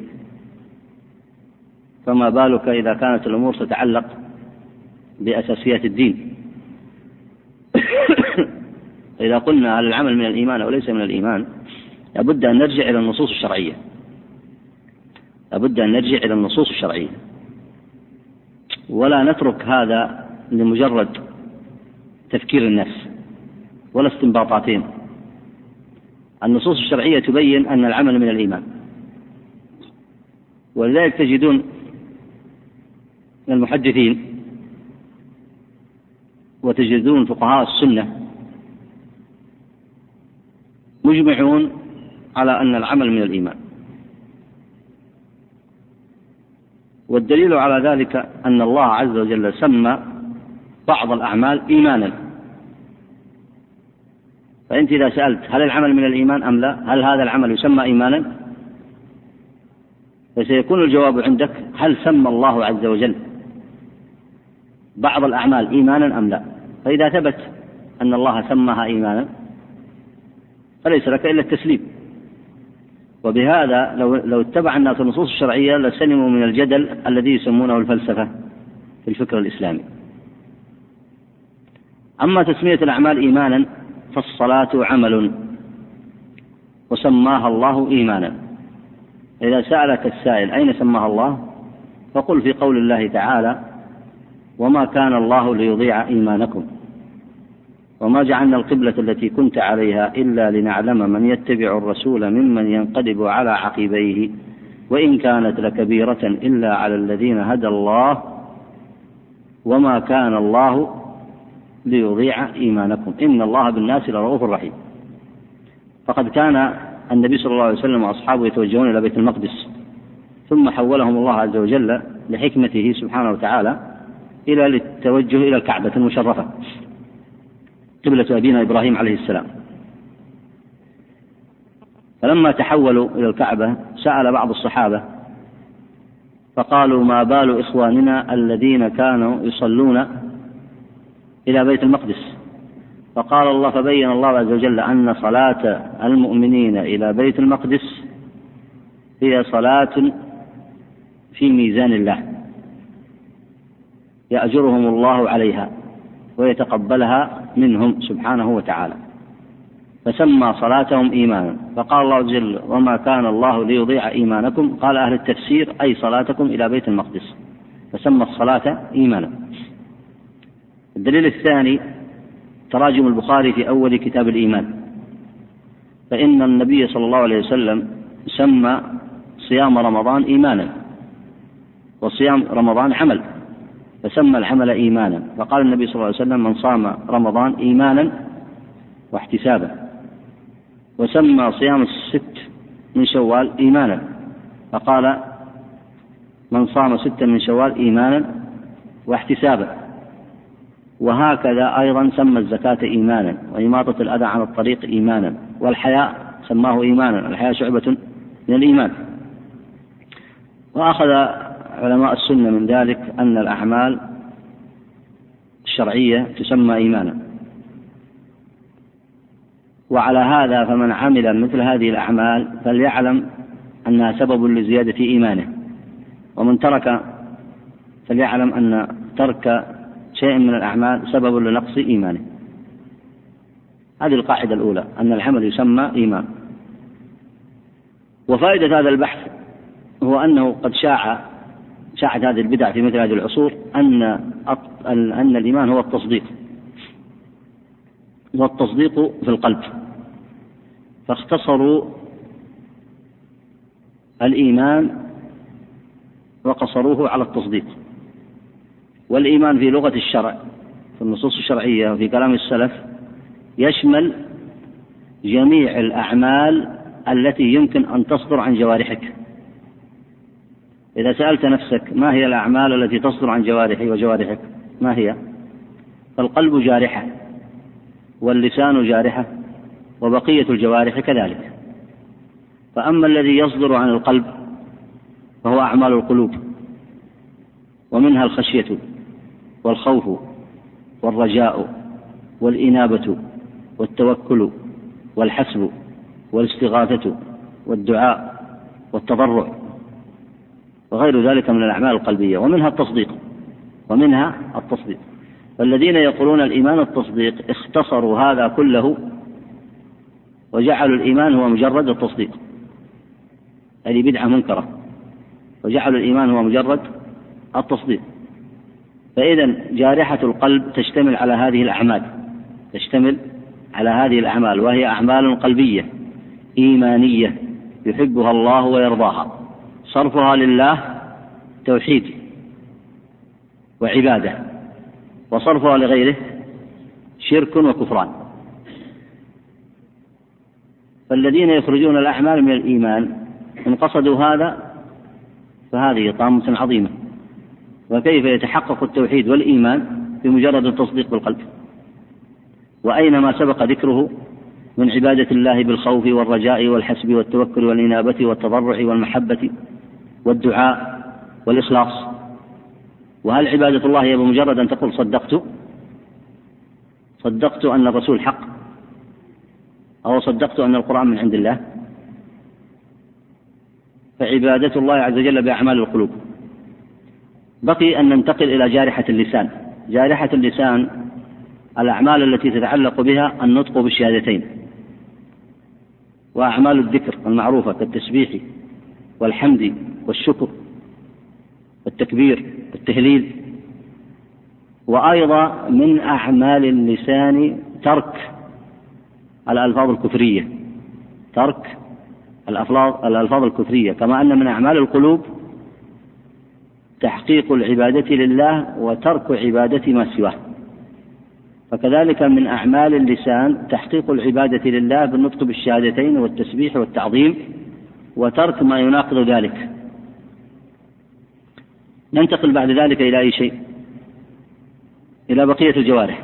فما بالك إذا كانت الأمور تتعلق بأساسيات الدين. إذا قلنا هل العمل من الإيمان أو ليس من الإيمان لابد أن نرجع إلى النصوص الشرعية، لابد أن نرجع إلى النصوص الشرعية، ولا نترك هذا لمجرد تفكير الناس ولا استنباطاتهم. النصوص الشرعية تبين أن العمل من الإيمان، ولذلك تجدون المحدثين وتجدون فقهاء السنة مجمعون على أن العمل من الإيمان. والدليل على ذلك أن الله عز وجل سمى بعض الأعمال إيمانا، فأنت إذا سألت هل العمل من الإيمان أم لا، هل هذا العمل يسمى إيمانا، فسيكون الجواب عندك هل سمى الله عز وجل بعض الأعمال إيمانا أم لا. فإذا ثبت أن الله سماها إيمانا فليس لك إلا التسليم. وبهذا لو, لو اتبع الناس النصوص الشرعية لسلموا من الجدل الذي يسمونه الفلسفة في الفكر الإسلامي. أما تسمية الأعمال إيمانا فالصلاة عمل وسماها الله إيمانا. إذا سألك السائل أين سماها الله فقل في قول الله تعالى: وما كان الله ليضيع إيمانكم وما جعلنا القبلة التي كنت عليها إلا لنعلم من يتبع الرسول ممن ينقلب على عقبيه وإن كانت لكبيرة إلا على الذين هدى الله وما كان الله ليضيع إيمانكم إن الله بالناس لرؤوف رحيم. فقد كان النبي صلى الله عليه وسلم وأصحابه يتوجهون إلى بيت المقدس ثم حولهم الله عز وجل لحكمته سبحانه وتعالى إلى التوجه إلى الكعبة المشرفة قبلة أبينا إبراهيم عليه السلام. فلما تحولوا إلى الكعبة سأل بعض الصحابة فقالوا ما بال إخواننا الذين كانوا يصلون إلى بيت المقدس؟ فقال الله فبين الله عز وجل أن صلاة المؤمنين إلى بيت المقدس هي صلاة في ميزان الله يأجرهم الله عليها ويتقبلها منهم سبحانه وتعالى، فسمى صلاتهم إيمانا. فقال الله عز وجل وما كان الله ليضيع إيمانكم، قال أهل التفسير أي صلاتكم إلى بيت المقدس، فسمى الصلاة إيمانا. الدليل الثاني تراجم البخاري في أول كتاب الإيمان، فإن النبي صلى الله عليه وسلم سمى صيام رمضان إيمانا، وصيام رمضان عمل، فسمى العمل إيمانا، فقال النبي صلى الله عليه وسلم من صام رمضان إيمانا واحتسابا، وسمى صيام الست من شوال إيمانا، فقال من صام ست من شوال إيمانا واحتسابا. وهكذا أيضا سمى الزكاة إيمانا، وإماطة الأذى عن الطريق إيمانا، والحياء سماه إيمانا، الحياء شعبة من الإيمان. وأخذ علماء السنة من ذلك أن الأعمال الشرعية تسمى إيمانا، وعلى هذا فمن عمل مثل هذه الأعمال فليعلم أنها سبب لزيادة إيمانه، ومن ترك فليعلم أن ترك شيء من الأعمال سبب لنقص إيمانه. هذه القاعدة الأولى، أن العمل يسمى إيمان. وفائدة هذا البحث هو أنه قد شاع شاعت هذه البدع في مثل هذه العصور أن أن الإيمان هو التصديق، والتصديق في القلب، فاختصروا الإيمان وقصروه على التصديق. والإيمان في لغة الشرع في النصوص الشرعية وفي كلام السلف يشمل جميع الأعمال التي يمكن أن تصدر عن جوارحك. إذا سألت نفسك ما هي الأعمال التي تصدر عن جوارحي وجوارحك ما هي؟ فالقلب جارحة، واللسان جارحة، وبقية الجوارح كذلك. فأما الذي يصدر عن القلب فهو أعمال القلوب، ومنها الخشية والخوف والرجاء والإنابة والتوكل والحسب والاستغاثة والدعاء والتضرع وغير ذلك من الأعمال القلبية، ومنها التصديق ومنها التصديق فالذين يقولون الإيمان التصديق اختصروا هذا كله وجعلوا الإيمان هو مجرد التصديق، هذه بدعة منكرة، وجعلوا الإيمان هو مجرد التصديق. فإذا جارحة القلب تشتمل على هذه الأعمال تشتمل على هذه الأعمال وهي أعمال قلبية إيمانية يحبها الله ويرضاها، صرفها لله توحيد وعبادة، وصرفها لغيره شرك وكفران. فالذين يخرجون الأعمال من الإيمان إن قصدوا هذا فهذه طامة عظيمة. وكيف يتحقق التوحيد والإيمان بمجرد التصديق بالقلب؟ وأينما سبق ذكره من عبادة الله بالخوف والرجاء والحسب والتوكل والإنابة والتضرع والمحبة والدعاء والإخلاص. وهل عبادة الله هي بمجرد أن تقول صدقت صدقت أن الرسول حق، أو صدقت أن القرآن من عند الله؟ فعبادة الله عز وجل بأعمال القلوب. بقي أن ننتقل إلى جارحة اللسان. جارحة اللسان الأعمال التي تتعلق بها النطق بالشهادتين، وأعمال الذكر المعروفة كالتسبيح والحمد والشكر والتكبير والتهليل. وأيضا من أعمال اللسان ترك الألفاظ الكفرية ترك الألفاظ الكفرية كما أن من أعمال القلوب تحقيق العبادة لله وترك عبادة ما سواه، فكذلك من أعمال اللسان تحقيق العبادة لله بالنطق بالشهادتين والتسبيح والتعظيم وترك ما يناقض ذلك. ننتقل بعد ذلك إلى أي شيء؟ إلى بقية الجوارح.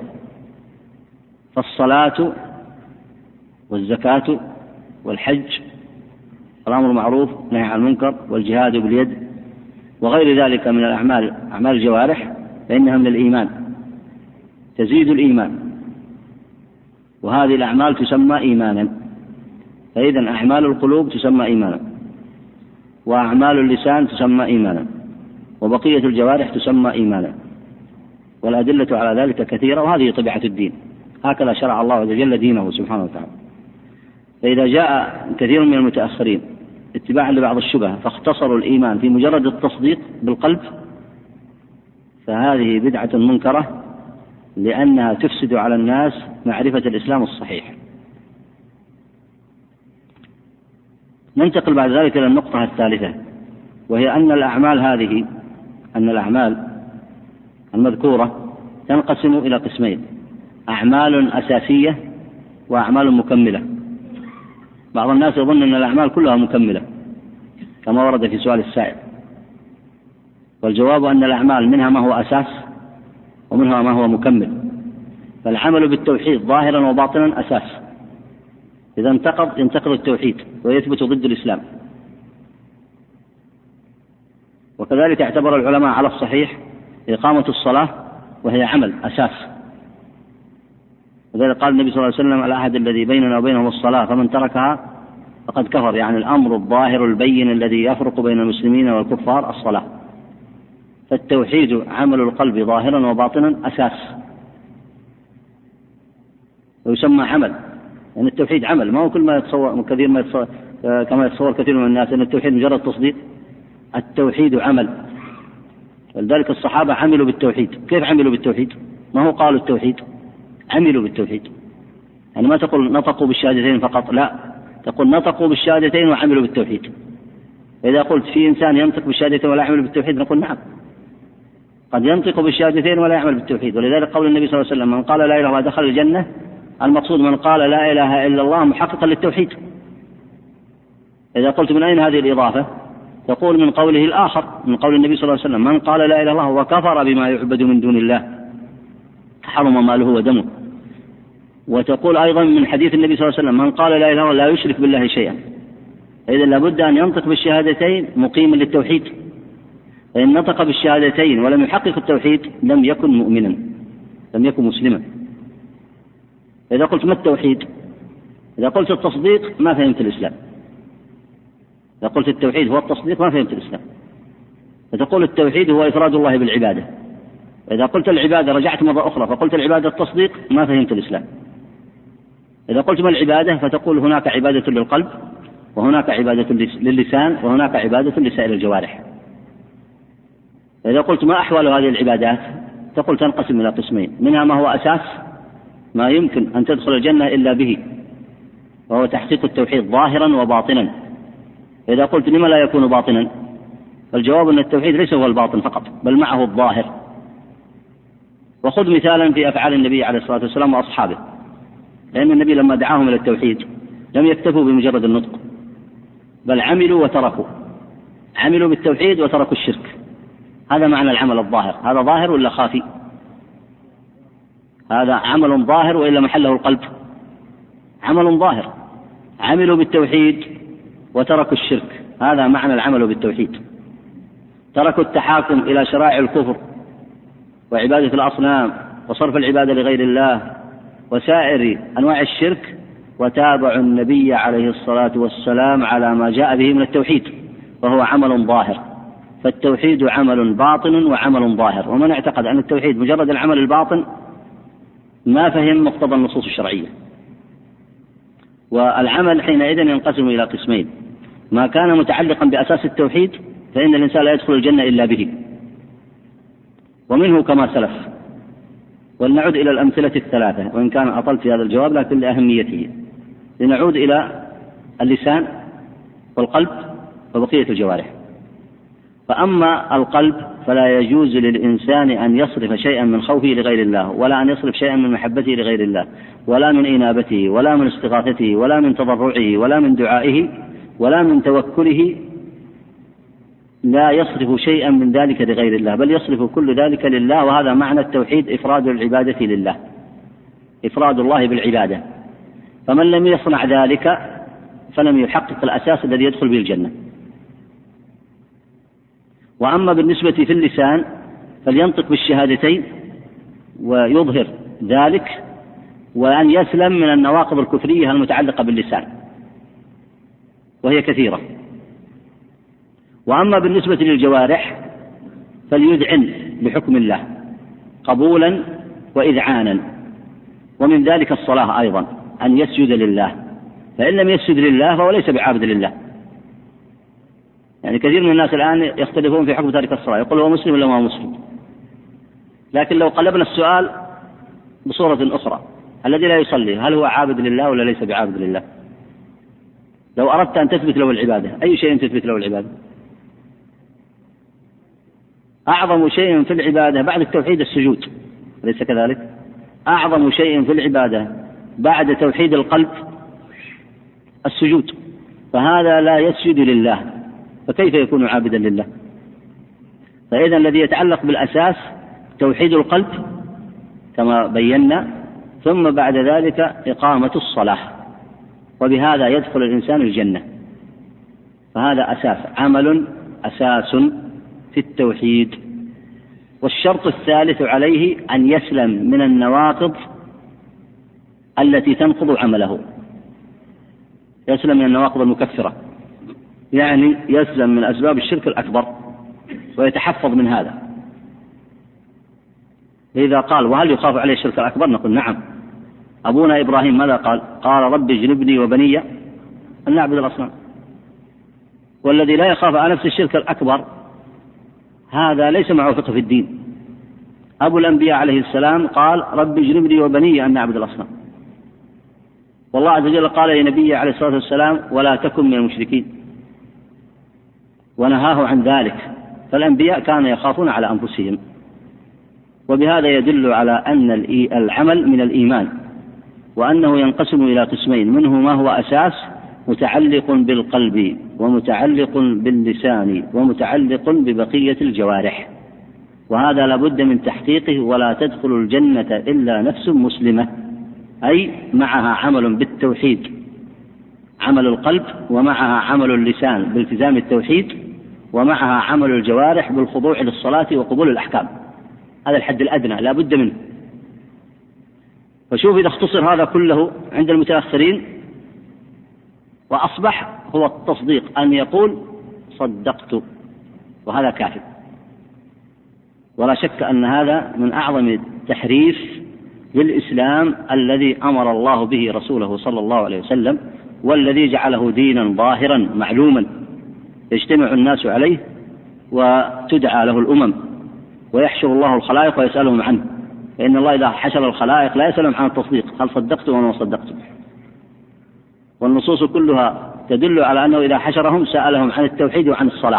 فالصلاة والزكاة والحج الأمر معروف نهي عن المنكر والجهاد باليد وغير ذلك من الأعمال أعمال الجوارح فإنها من الإيمان تزيد الإيمان، وهذه الأعمال تسمى إيمانا. فإذا أعمال القلوب تسمى إيمانا، وأعمال اللسان تسمى إيمانا، وبقية الجوارح تسمى إيمانا، والأدلة على ذلك كثيرة، وهذه طبيعة الدين، هكذا شرع الله عز وجل دينه سبحانه وتعالى. فإذا جاء كثير من المتأخرين اتباعا لبعض الشبهة فاختصروا الإيمان في مجرد التصديق بالقلب، فهذه بدعة منكرة لأنها تفسد على الناس معرفة الإسلام الصحيح. ننتقل بعد ذلك إلى النقطة الثالثة، وهي أن الأعمال هذه أن الأعمال المذكورة تنقسم إلى قسمين: أعمال أساسية وأعمال مكملة. بعض الناس يظن أن الأعمال كلها مكملة كما ورد في سؤال السائل، والجواب أن الأعمال منها ما هو أساس ومنها ما هو مكمل. فالعمل بالتوحيد ظاهرا وباطنا أساس، إذا انتقض ينتقض التوحيد ويثبت ضد الإسلام. وكذلك اعتبر العلماء على الصحيح إقامة الصلاة وهي عمل أساس، وذلك قال النبي صلى الله عليه وسلم: العهد الذي بيننا وبينهم الصلاة فمن تركها فقد كفر، يعني الأمر الظاهر البين الذي يفرق بين المسلمين والكفار الصلاة. فالتوحيد عمل القلب ظاهرا وباطنا أساس ويسمى عمل، يعني التوحيد عمل، ما هو كل ما يتصور كثير ما يتصور كما يتصور كثير من الناس أن التوحيد مجرد تصديق. التوحيد عمل، ولذلك الصحابة عملوا بالتوحيد. كيف عملوا بالتوحيد؟ ما هو قالوا التوحيد، عملوا بالتوحيد. يعني ما تقول نطقوا بالشهادتين فقط، لا، تقول نطقوا بالشهادتين وعملوا بالتوحيد. إذا قلت في إنسان ينطق بالشهادتين ولا يعمل بالتوحيد نقول نعم، قد ينطق بالشهادتين ولا يعمل بالتوحيد. ولذلك قول النبي صلى الله عليه وسلم: من قال لا إله إلا الله دخل الجنة، المقصود من قال لا إله إلا الله محققا للتوحيد. إذا قلت من أين هذه الإضافة؟ تقول من قوله الآخر، من قول النبي صلى الله عليه وسلم: من قال لا إله إلا الله وكفر بما يعبد من دون الله حرم ماله ودمه. وتقول أيضا من حديث النبي صلى الله عليه وسلم: من قال لا إله إلا الله لا يشرك بالله شيئا. إذن لابد أن ينطق بالشهادتين مقيما للتوحيد، فإن نطق بالشهادتين ولم يحقق التوحيد لم يكن مؤمنا، لم يكن مسلما. إذا قلت ما التوحيد؟ إذا قلت التصديق ما فهمت الإسلام. إذا قلت التوحيد هو التصديق ما فهمت الإسلام. فتقول التوحيد هو إفراد الله بالعبادة. إذا قلت العبادة رجعت مرة أخرى فقلت العبادة التصديق ما فهمت الإسلام. إذا قلت ما العبادة فتقول هناك عبادة للقلب وهناك عبادة للسان وهناك عبادة لسائر الجوارح. إذا قلت ما أحوال هذه العبادات تقول تنقسم إلى قسمين: منها ما هو أساس ما يمكن أن تدخل الجنة إلا به، وهو تحقيق التوحيد ظاهرا وباطنا. إذا قلت لما لا يكون باطنا؟ فالجواب أن التوحيد ليس هو الباطن فقط بل معه الظاهر. وخذ مثالا في أفعال النبي عليه الصلاة والسلام وأصحابه، لأن النبي لما دعاهم إلى التوحيد لم يكتفوا بمجرد النطق بل عملوا وتركوا، عملوا بالتوحيد وتركوا الشرك. هذا معنى العمل الظاهر. هذا ظاهر ولا خافي؟ هذا عمل ظاهر وإلا محله القلب؟ عمل ظاهر. عملوا بالتوحيد وتركوا الشرك، هذا معنى العمل بالتوحيد. تركوا التحاكم إلى شرائع الكفر وعبادة الأصنام وصرف العبادة لغير الله وسائر أنواع الشرك، وتابعوا النبي عليه الصلاة والسلام على ما جاء به من التوحيد، وهو عمل ظاهر. فالتوحيد عمل باطن وعمل ظاهر، ومن اعتقد أن التوحيد مجرد العمل الباطن ما فهم مقتضى النصوص الشرعية. والعمل حينئذ ينقسم إلى قسمين: ما كان متعلقا بأساس التوحيد فإن الإنسان لا يدخل الجنة إلا به، ومنه كما سلف. ولنعود إلى الأمثلة الثلاثة، وإن كان أطلت في هذا الجواب لكن لأهميته. لنعود إلى اللسان والقلب وبقية الجوارح. فأما القلب فلا يجوز للإنسان أن يصرف شيئا من خوفه لغير الله، ولا أن يصرف شيئا من محبته لغير الله، ولا من إنابته، ولا من استغاثته، ولا من تضرعه، ولا من دعائه، ولا من توكله. لا يصرف شيئا من ذلك لغير الله، بل يصرف كل ذلك لله. وهذا معنى التوحيد: إفراد العبادة لله، إفراد الله بالعبادة. فمن لم يصنع ذلك فلم يحقق الأساس الذي يدخل به الجنة. وأما بالنسبة في اللسان فلينطق بالشهادتين ويظهر ذلك، وأن يسلم من النواقض الكفرية المتعلقة باللسان وهي كثيرة. وأما بالنسبة للجوارح فليذعن بحكم الله قبولا وإذعانا، ومن ذلك الصلاة أيضا أن يسجد لله، فإن لم يسجد لله فهو ليس بعابد لله. يعني كثير من الناس الآن يختلفون في حكم تارك الصلاة، يقول هو مسلم ولا ما هو مسلم. لكن لو قلبنا السؤال بصورة أخرى، الذي لا يصلي هل هو عابد لله ولا ليس بعابد لله؟ لو أردت أن تثبت له العبادة أي شيء تثبت له العبادة؟ أعظم شيء في العبادة بعد التوحيد السجود، أليس كذلك؟ أعظم شيء في العبادة بعد توحيد القلب السجود، فهذا لا يسجد لله فكيف يكون عابدا لله؟ فإذا الذي يتعلق بالأساس توحيد القلب كما بينا، ثم بعد ذلك إقامة الصلاة، وبهذا يدخل الإنسان الجنة. فهذا أساس، عمل أساس في التوحيد. والشرط الثالث عليه أن يسلم من النواقض التي تنقض عمله، يسلم من النواقض المكفرة، يعني يسلم من أسباب الشرك الأكبر ويتحفظ من هذا. إذا قال وهل يخاف عليه الشرك الأكبر؟ نقول نعم. أبونا إبراهيم ماذا قال؟ قال رب اجنبني وبني أن نعبد الأصنام. والذي لا يخاف على نفس الشرك الأكبر هذا ليس معه فقه في الدين. أبو الأنبياء عليه السلام قال رب اجنبني وبني أن نعبد الأصنام، والله عز وجل قال لنبيه عليه الصلاة والسلام ولا تكن من المشركين ونهاه عن ذلك. فالأنبياء كانوا يخافون على أنفسهم. وبهذا يدل على أن العمل من الإيمان، وأنه ينقسم إلى قسمين، منه ما هو أساس متعلق بالقلب ومتعلق باللسان ومتعلق ببقية الجوارح، وهذا لابد من تحقيقه. ولا تدخل الجنة إلا نفس مسلمة، أي معها عمل بالتوحيد عمل القلب، ومعها عمل اللسان بالتزام التوحيد، ومعها عمل الجوارح بالخضوع للصلاة وقبول الأحكام. هذا الحد الأدنى لا بد منه. فشوف إذا اختصر هذا كله عند المتأخرين وأصبح هو التصديق، أن يقول صدقت، وهذا كافي. ولا شك أن هذا من أعظم التحريف للإسلام الذي أمر الله به رسوله صلى الله عليه وسلم، والذي جعله دينا ظاهرا معلوما يجتمع الناس عليه وتدعى له الأمم، ويحشر الله الخلائق ويسألهم عنه. فإن الله إذا حشر الخلائق لا يسألهم عن التصديق، هل صدقت وما صدقت. والنصوص كلها تدل على أنه إذا حشرهم سألهم عن التوحيد وعن الصلاة.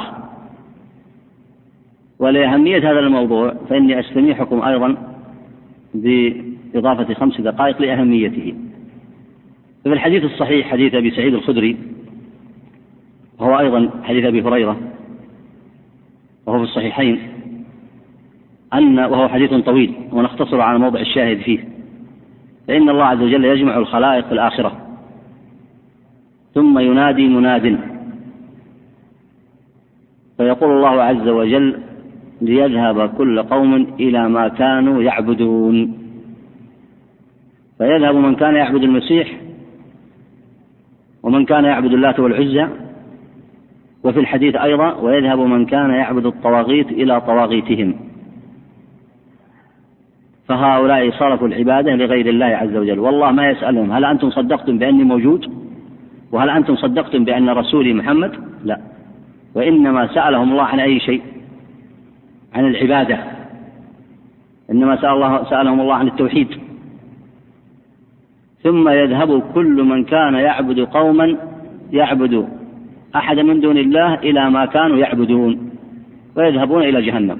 ولأهمية هذا الموضوع فإني أستميحكم أيضا بإضافة خمس دقائق لأهميته. ففي الحديث الصحيح حديث أبي سعيد الخدري، وهو أيضا حديث أبي هريرة وهو في الصحيحين، أن وهو حديث طويل ونختصر على موضع الشاهد فيه، فإن الله عز وجل يجمع الخلائق في الآخرة ثم ينادي مناد فيقول الله عز وجل ليذهب كل قوم إلى ما كانوا يعبدون، فيذهب من كان يعبد المسيح ومن كان يعبد اللات والعزى، وفي الحديث أيضا ويذهب من كان يعبد الطواغيت إلى طواغيتهم. فهؤلاء صرفوا العبادة لغير الله عز وجل، والله ما يسألهم هل أنتم صدقتم بأني موجود، وهل أنتم صدقتم بأن رسولي محمد؟ لا، وإنما سألهم الله عن أي شيء؟ عن العبادة. إنما سأل الله سألهم الله عن التوحيد. ثم يذهب كل من كان يعبد قوما يعبد أحد من دون الله إلى ما كانوا يعبدون، ويذهبون إلى جهنم.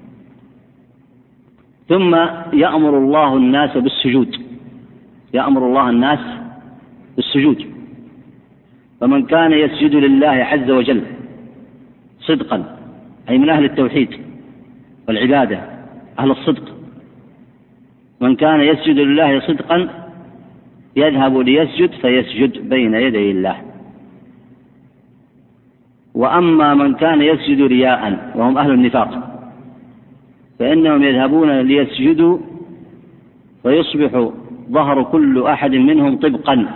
ثم يأمر الله الناس بالسجود، يأمر الله الناس بالسجود، فمن كان يسجد لله عز وجل صدقا، أي من أهل التوحيد والعبادة أهل الصدق، من كان يسجد لله صدقا يذهب ليسجد فيسجد بين يدي الله، وأما من كان يسجد رياء وهم أهل النفاق فإنهم يذهبون ليسجدوا فيصبح ظهر كل أحد منهم طبقا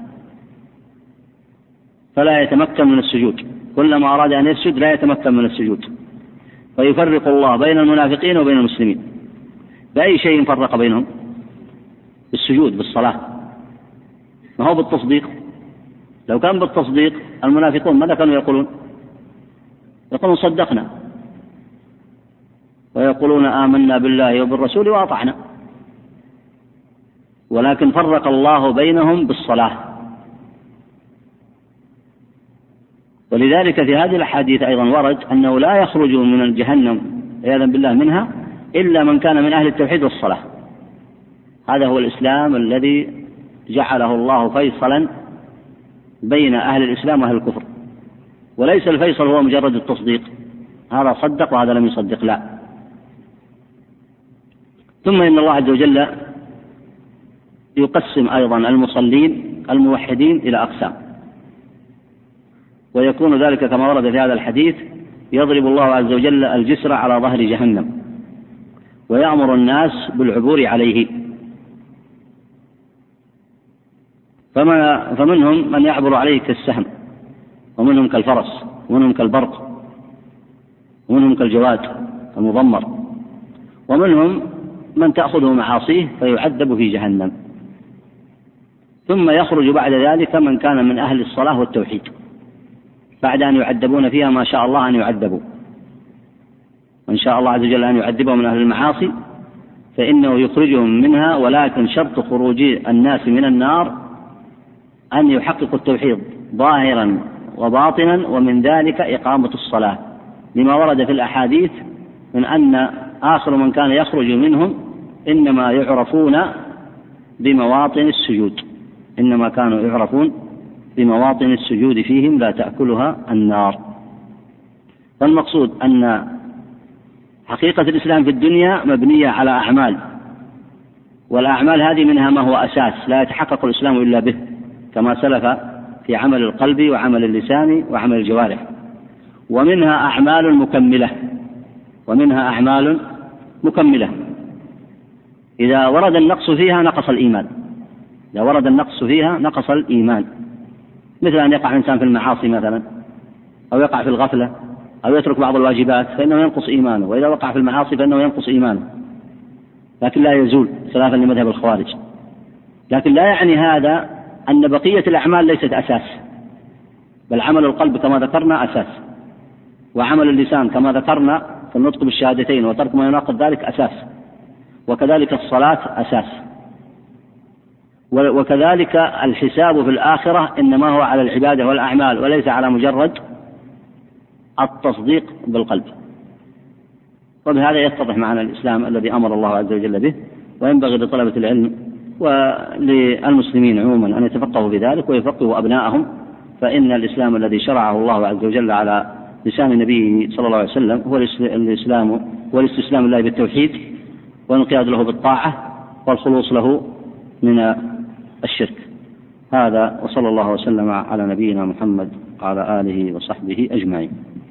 فلا يتمكن من السجود، كلما أراد أن يسجد لا يتمكن من السجود، فيفرق الله بين المنافقين وبين المسلمين. بأي شيء فرق بينهم؟ بالسجود، بالصلاة، ما هو بالتصديق. لو كان بالتصديق المنافقون ماذا كانوا يقولون؟ يقولون صدقنا، ويقولون آمنا بالله وبالرسول وأطعنا، ولكن فرق الله بينهم بالصلاة. ولذلك في هذه الأحاديث أيضا ورد أنه لا يخرج من الجهنم عياذا بالله منها إلا من كان من أهل التوحيد والصلاة. هذا هو الإسلام الذي جعله الله فيصلا بين أهل الإسلام وأهل الكفر، وليس الفيصل هو مجرد التصديق، هذا صدق وهذا لم يصدق، لا. ثم إن الله عز وجل يقسم أيضا المصلين الموحدين إلى أقسام، ويكون ذلك كما ورد في هذا الحديث: يضرب الله عز وجل الجسر على ظهر جهنم ويأمر الناس بالعبور عليه، فما فمنهم من يعبر عليه كالسهم، ومنهم كالفرس، ومنهم كالبرق، ومنهم كالجواد المضمر، ومنهم من تأخذه معاصيه فيعذب في جهنم. ثم يخرج بعد ذلك من كان من أهل الصلاة والتوحيد بعد أن يعذبون فيها ما شاء الله أن يعذبوا، وإن شاء الله عز وجل أن يعذبهم من أهل المعاصي فإنه يخرجهم منها، ولكن شرط خروج الناس من النار أن يحققوا التوحيد ظاهرا وباطنا، ومن ذلك إقامة الصلاة، لما ورد في الأحاديث من أن آخر من كان يخرج منهم إنما يعرفون بمواطن السجود، إنما كانوا يعرفون بمواطن السجود فيهم لا تأكلها النار. فالمقصود أن حقيقة الإسلام في الدنيا مبنية على أعمال، والأعمال هذه منها ما هو أساس لا يتحقق الإسلام إلا به، كما سلف في عمل القلب وعمل اللسان وعمل الجوارح، ومنها أعمال مكملة ومنها أعمال مكملة إذا ورد النقص فيها نقص الإيمان، إذا ورد النقص فيها نقص الإيمان، مثل أن يقع الإنسان في المعاصي مثلا، أو يقع في الغفلة، أو يترك بعض الواجبات فإنه ينقص إيمانه، وإذا وقع في المعاصي فإنه ينقص إيمانه، لكن لا يزول خلافا لمذهب الخوارج. لكن لا يعني هذا أن بقية الأعمال ليست أساس، بل عمل القلب كما ذكرنا أساس، وعمل اللسان كما ذكرنا في النطق بالشهادتين وترك ما يناقض ذلك أساس، وكذلك الصلاة أساس، وكذلك الحساب في الآخرة إنما هو على العبادة والأعمال وليس على مجرد التصديق بالقلب. وبهذا يتضح معنى الإسلام الذي أمر الله عز وجل به، وينبغي لطلبة العلم وللمسلمين عموما أن يتفقهوا بذلك ويفقهوا أبناءهم، فإن الإسلام الذي شرعه الله عز وجل على لسان نبيه صلى الله عليه وسلم هو الإسلام والاستسلام الله بالتوحيد، والانقياد له بالطاعة، والخلوص له من الشرك. هذا، وصلى الله وسلم على نبينا محمد وعلى آله وصحبه أجمعين.